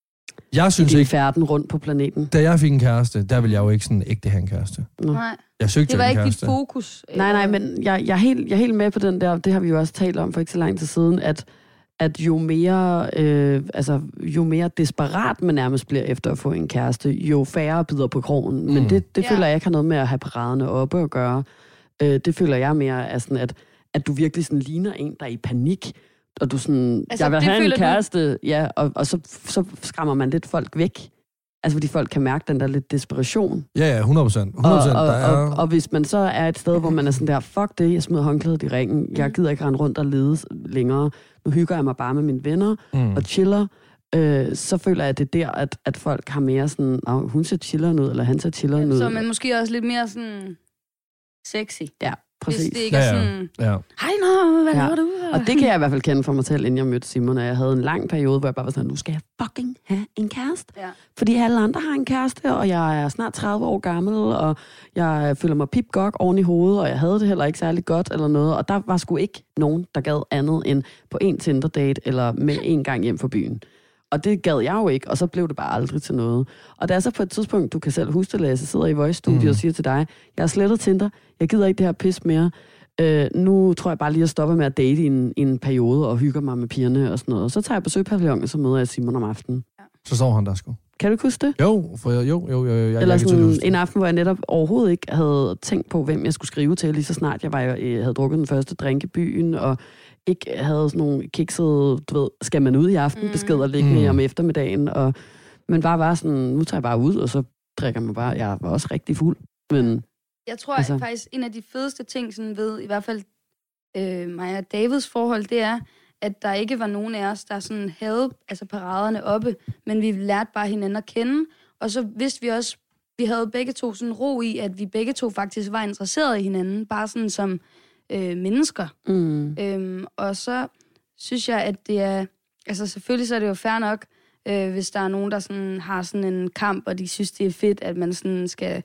Speaker 2: Jeg
Speaker 1: i
Speaker 2: synes
Speaker 1: din
Speaker 2: ikke,
Speaker 1: færden rundt på planeten.
Speaker 2: da jeg fik en kæreste, der ville jeg jo ikke sådan ægte have en kæreste.
Speaker 3: Nej,
Speaker 2: Jeg søgte
Speaker 3: det var
Speaker 2: jo en
Speaker 3: ikke dit
Speaker 2: kæreste.
Speaker 3: fokus.
Speaker 1: Nej, nej,
Speaker 3: eller-
Speaker 1: men jeg, jeg, er helt, jeg er helt med på den der, det har vi jo også talt om for ikke så lang tid siden, at, at jo mere øh, altså, jo mere desperat man nærmest bliver efter at få en kæreste, jo færre bider på krogen. Men
Speaker 2: Mm.
Speaker 1: det, det
Speaker 3: Ja.
Speaker 1: føler jeg ikke har noget med at have paraderne oppe at gøre. Øh, det føler jeg mere er sådan, at, at du virkelig sådan ligner en, der er i panik, og du sådan,
Speaker 3: Altså,
Speaker 1: altså, jeg vil
Speaker 3: det
Speaker 1: have en
Speaker 3: føler du-
Speaker 1: kæreste, ja, og, og så, så skræmmer man lidt folk væk. Altså, fordi folk kan mærke den der lidt desperation.
Speaker 2: Ja, ja, hundrede procent. hundrede procent.
Speaker 1: Og, og,
Speaker 2: Der er...
Speaker 1: og, og hvis man så er et sted, hvor man er sådan der, fuck det, jeg smider håndklædet i ringen, jeg gider ikke rende rundt og lede længere, nu hygger jeg mig bare med mine venner
Speaker 2: mm.
Speaker 1: og chiller, øh, så føler jeg, at det er der, at, at folk har mere sådan, oh, hun ser chilleren ud, eller han ser chilleren ud.
Speaker 3: Så er man måske også lidt mere sådan sexy.
Speaker 1: Ja,
Speaker 3: Hvis
Speaker 1: præcis.
Speaker 3: det ikke
Speaker 2: Ja,
Speaker 3: er
Speaker 2: ja.
Speaker 3: sådan,
Speaker 2: Ja.
Speaker 3: hej nå, hvad
Speaker 1: Ja.
Speaker 3: laver du?
Speaker 1: Og det kan jeg i hvert fald kende for mig selv, inden jeg mødte Simon, og jeg havde en lang periode, hvor jeg bare var sådan, nu skal jeg fucking have en kæreste.
Speaker 3: Ja.
Speaker 1: Fordi alle andre har en kæreste, og jeg er snart tredive år gammel, og jeg føler mig pip-gok oven i hovedet, og jeg havde det heller ikke særlig godt eller noget. Og der var sgu ikke nogen, der gad andet end på en Tinder-date, eller med en gang hjem fra byen. Og det gad jeg jo ikke, og så blev det bare aldrig til noget. Og da jeg så på et tidspunkt, du kan selv huske det, Lasse, sidder i Voice-studiet
Speaker 2: Mm.
Speaker 1: og siger til dig, jeg har slettet Tinder, jeg gider ikke det her pis mere. Øh, nu tror jeg bare lige at stoppe med at date i en, i en periode og hygger mig med pigerne og sådan noget. Og så tager jeg på Søpavillonen, og så møder jeg Simon om aftenen.
Speaker 2: Så står han der sgu.
Speaker 1: Kan du ikke huske det?
Speaker 2: Jo, for jeg, jo, jo, jo, jeg,
Speaker 1: Eller
Speaker 2: jeg kan tydeligt
Speaker 1: sådan
Speaker 2: huske det.
Speaker 1: en aften, hvor jeg netop overhovedet ikke havde tænkt på, hvem jeg skulle skrive til, lige så snart jeg var, jeg havde drukket den første drink i byen, og ikke havde sådan nogle kiksede, du ved, skal man ud i aften,
Speaker 3: Mm.
Speaker 1: beskeder liggende
Speaker 2: Mm.
Speaker 1: om eftermiddagen, og men bare var sådan, nu tager jeg bare ud, og så drikker man bare, jeg var også rigtig fuld, men
Speaker 3: Jeg tror
Speaker 1: Altså-
Speaker 3: altså, faktisk, en af de fedeste ting sådan ved, i hvert fald øh, mig og Davids forhold, det er, at der ikke var nogen af os, der sådan havde altså paraderne oppe, men vi lærte bare hinanden at kende, og så vidste vi også, vi havde begge to sådan ro i, at vi begge to faktisk var interesserede i hinanden, bare sådan som øh, mennesker.
Speaker 1: mm,
Speaker 3: Øhm, og så synes jeg, at det er... Altså selvfølgelig så er det jo fair nok, øh, hvis der er nogen, der sådan har sådan en kamp, og de synes, det er fedt, at man sådan skal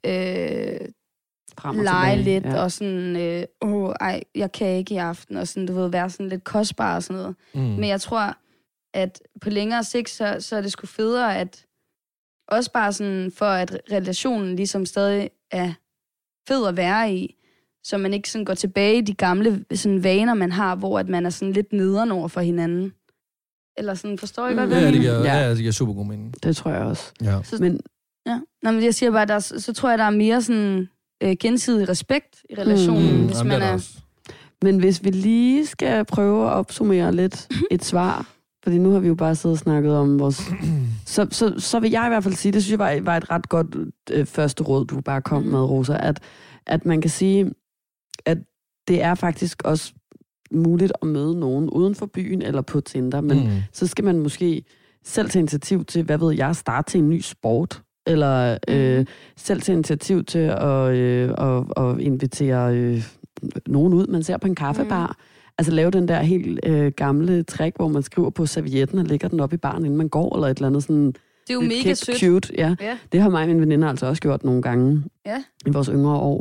Speaker 3: øh,
Speaker 1: frem og
Speaker 3: lege
Speaker 1: tilbage.
Speaker 3: lidt, ja. Og sådan, øh, åh, ej, jeg kan ikke i aften, og sådan, du ved, være sådan lidt kostbar og sådan noget.
Speaker 2: Mm.
Speaker 3: Men jeg tror, at på længere sigt, så, så er det sgu federe, at også bare sådan, for at relationen ligesom stadig er fed at være i, så man ikke sådan går tilbage i de gamle sådan, vaner, man har, hvor at man er sådan lidt nederen over for hinanden. Eller sådan, forstår I
Speaker 1: Mm.
Speaker 3: godt, hvad
Speaker 2: Ja,
Speaker 3: jeg
Speaker 2: det
Speaker 3: mener?
Speaker 2: giver,
Speaker 1: Ja.
Speaker 2: ja. ja, det giver super god mening.
Speaker 1: Det tror jeg også.
Speaker 2: Ja.
Speaker 3: Så,
Speaker 1: Men
Speaker 3: ja. Nå, men jeg siger bare, der, er- så tror jeg, der er mere sådan øh, gensidig respekt i relationen,
Speaker 1: Mm.
Speaker 3: hvis
Speaker 2: Jamen,
Speaker 3: man
Speaker 2: det er der
Speaker 3: er...
Speaker 2: også.
Speaker 1: Men hvis vi lige skal prøve at opsummere lidt et svar, fordi nu har vi jo bare siddet og snakket om vores... Så, så, så vil jeg i hvert fald sige, det synes jeg var, var et ret godt øh, første råd, du bare kom med, Rosa, at, at man kan sige, at det er faktisk også muligt at møde nogen uden for byen eller på Tinder, men
Speaker 2: Mm.
Speaker 1: så skal man måske selv tage initiativ til, hvad ved jeg, starte til en ny sport, eller øh, selv tage initiativ til at, øh, at, at invitere øh, nogen ud, man ser på en kaffebar. Mm. Altså lave den der helt øh, gamle trick, hvor man skriver på servietten og lægger den op i baren, inden man går, eller et eller andet sådan...
Speaker 3: Det er jo
Speaker 1: lidt
Speaker 3: mega
Speaker 1: kækt,
Speaker 3: sødt.
Speaker 1: cute, ja.
Speaker 3: Ja.
Speaker 1: Det har mig og mine veninder altså også gjort nogle gange
Speaker 3: Ja.
Speaker 1: i vores yngre år.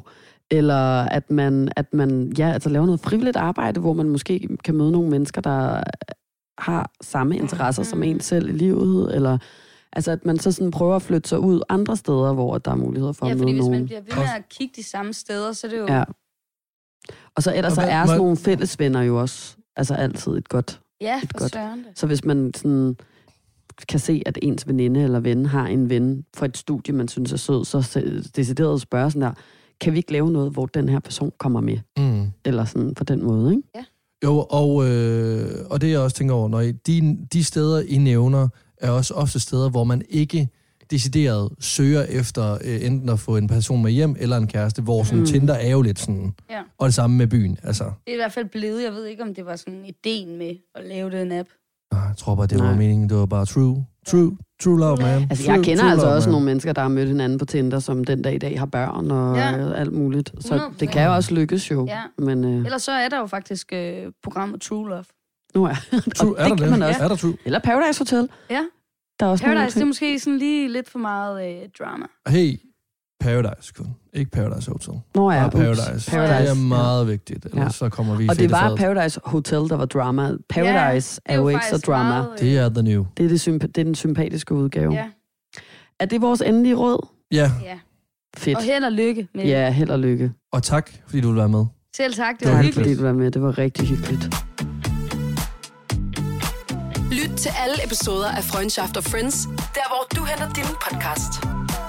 Speaker 1: Eller at man, at man ja, altså laver noget frivilligt arbejde, hvor man måske kan møde nogle mennesker, der har samme interesser som en selv i livet, eller altså at man så sådan prøver at flytte sig ud andre steder, hvor der er muligheder for
Speaker 3: ja,
Speaker 1: at møde nogen.
Speaker 3: Ja, fordi hvis man bliver ved med at kigge de samme steder, så er det jo...
Speaker 1: Ja. Og så ellers
Speaker 2: og
Speaker 1: så
Speaker 2: hvad,
Speaker 1: er sådan
Speaker 2: må...
Speaker 1: nogle fællesvenner jo også altså altid et godt.
Speaker 3: Ja,
Speaker 1: et
Speaker 3: for
Speaker 1: godt.
Speaker 3: søren det.
Speaker 1: Så hvis man sådan kan se, at ens veninde eller ven har en ven fra et studie, man synes er sød, så decideret spørge sådan der, kan vi ikke lave noget, hvor den her person kommer med?
Speaker 2: Mm.
Speaker 1: Eller sådan på den måde, ikke?
Speaker 3: Ja.
Speaker 2: Jo, og, øh, og det jeg også tænker over, når I, de, de steder, I nævner, er også ofte steder, hvor man ikke decideret søger efter øh, enten at få en person med hjem, eller en kæreste, hvor sådan, mm. Tinder er jo lidt sådan,
Speaker 3: ja.
Speaker 2: Og det samme med byen, altså.
Speaker 3: Det er i hvert fald blevet, jeg ved ikke, om det var sådan ideen med at lave den app.
Speaker 2: Nej, jeg tror bare, det
Speaker 1: Nej.
Speaker 2: var meningen, det var bare true, true, true love, man.
Speaker 1: Altså,
Speaker 2: true,
Speaker 1: jeg kender
Speaker 2: true
Speaker 1: altså
Speaker 2: love,
Speaker 1: også
Speaker 2: man.
Speaker 1: nogle mennesker, der har mødt hinanden på Tinder, som den dag i dag har børn og
Speaker 3: Ja.
Speaker 1: alt muligt. Så
Speaker 3: hundrede procent.
Speaker 1: det kan jo også lykkes jo.
Speaker 3: Ja.
Speaker 1: Men, øh,
Speaker 3: Ellers så er der jo faktisk øh, programmet True Love.
Speaker 1: nu er,
Speaker 2: True, er der
Speaker 1: kan
Speaker 2: det?
Speaker 1: man også.
Speaker 2: Er der true?
Speaker 1: Eller Paradise Hotel.
Speaker 3: Ja.
Speaker 1: Der er også nogle
Speaker 3: Paradise, det er
Speaker 1: ting.
Speaker 3: måske sådan lige lidt for meget øh, drama.
Speaker 2: Hey, Paradise kun. Ikke Paradise Hotel.
Speaker 1: Nå ja,
Speaker 2: Bare
Speaker 1: ups.
Speaker 2: Paradise.
Speaker 1: Paradise.
Speaker 2: Det er meget vigtigt, ellers
Speaker 1: Ja.
Speaker 2: så kommer vi i
Speaker 1: Og det var
Speaker 2: fedtefadet.
Speaker 1: Paradise Hotel, der var drama. Paradise
Speaker 3: Ja,
Speaker 1: er jo
Speaker 3: det
Speaker 1: ikke så
Speaker 3: faktisk
Speaker 1: drama.
Speaker 3: meget, øh,
Speaker 2: Det er the new.
Speaker 1: Det er, det, symp- det er den sympatiske udgave.
Speaker 3: Ja,
Speaker 1: Er det vores endelige råd?
Speaker 2: Ja,
Speaker 3: ja.
Speaker 1: Fedt.
Speaker 3: Og held og lykke med det.
Speaker 1: Ja, held og lykke.
Speaker 2: og tak, fordi du vil være med.
Speaker 3: Selv tak, det
Speaker 2: Det var
Speaker 3: var
Speaker 1: Tak,
Speaker 3: hyggeligt.
Speaker 1: fordi du var med. Det var rigtig hyggeligt.
Speaker 4: Lyt til alle episoder af Freundschaft og Friends, der hvor du henter din podcast.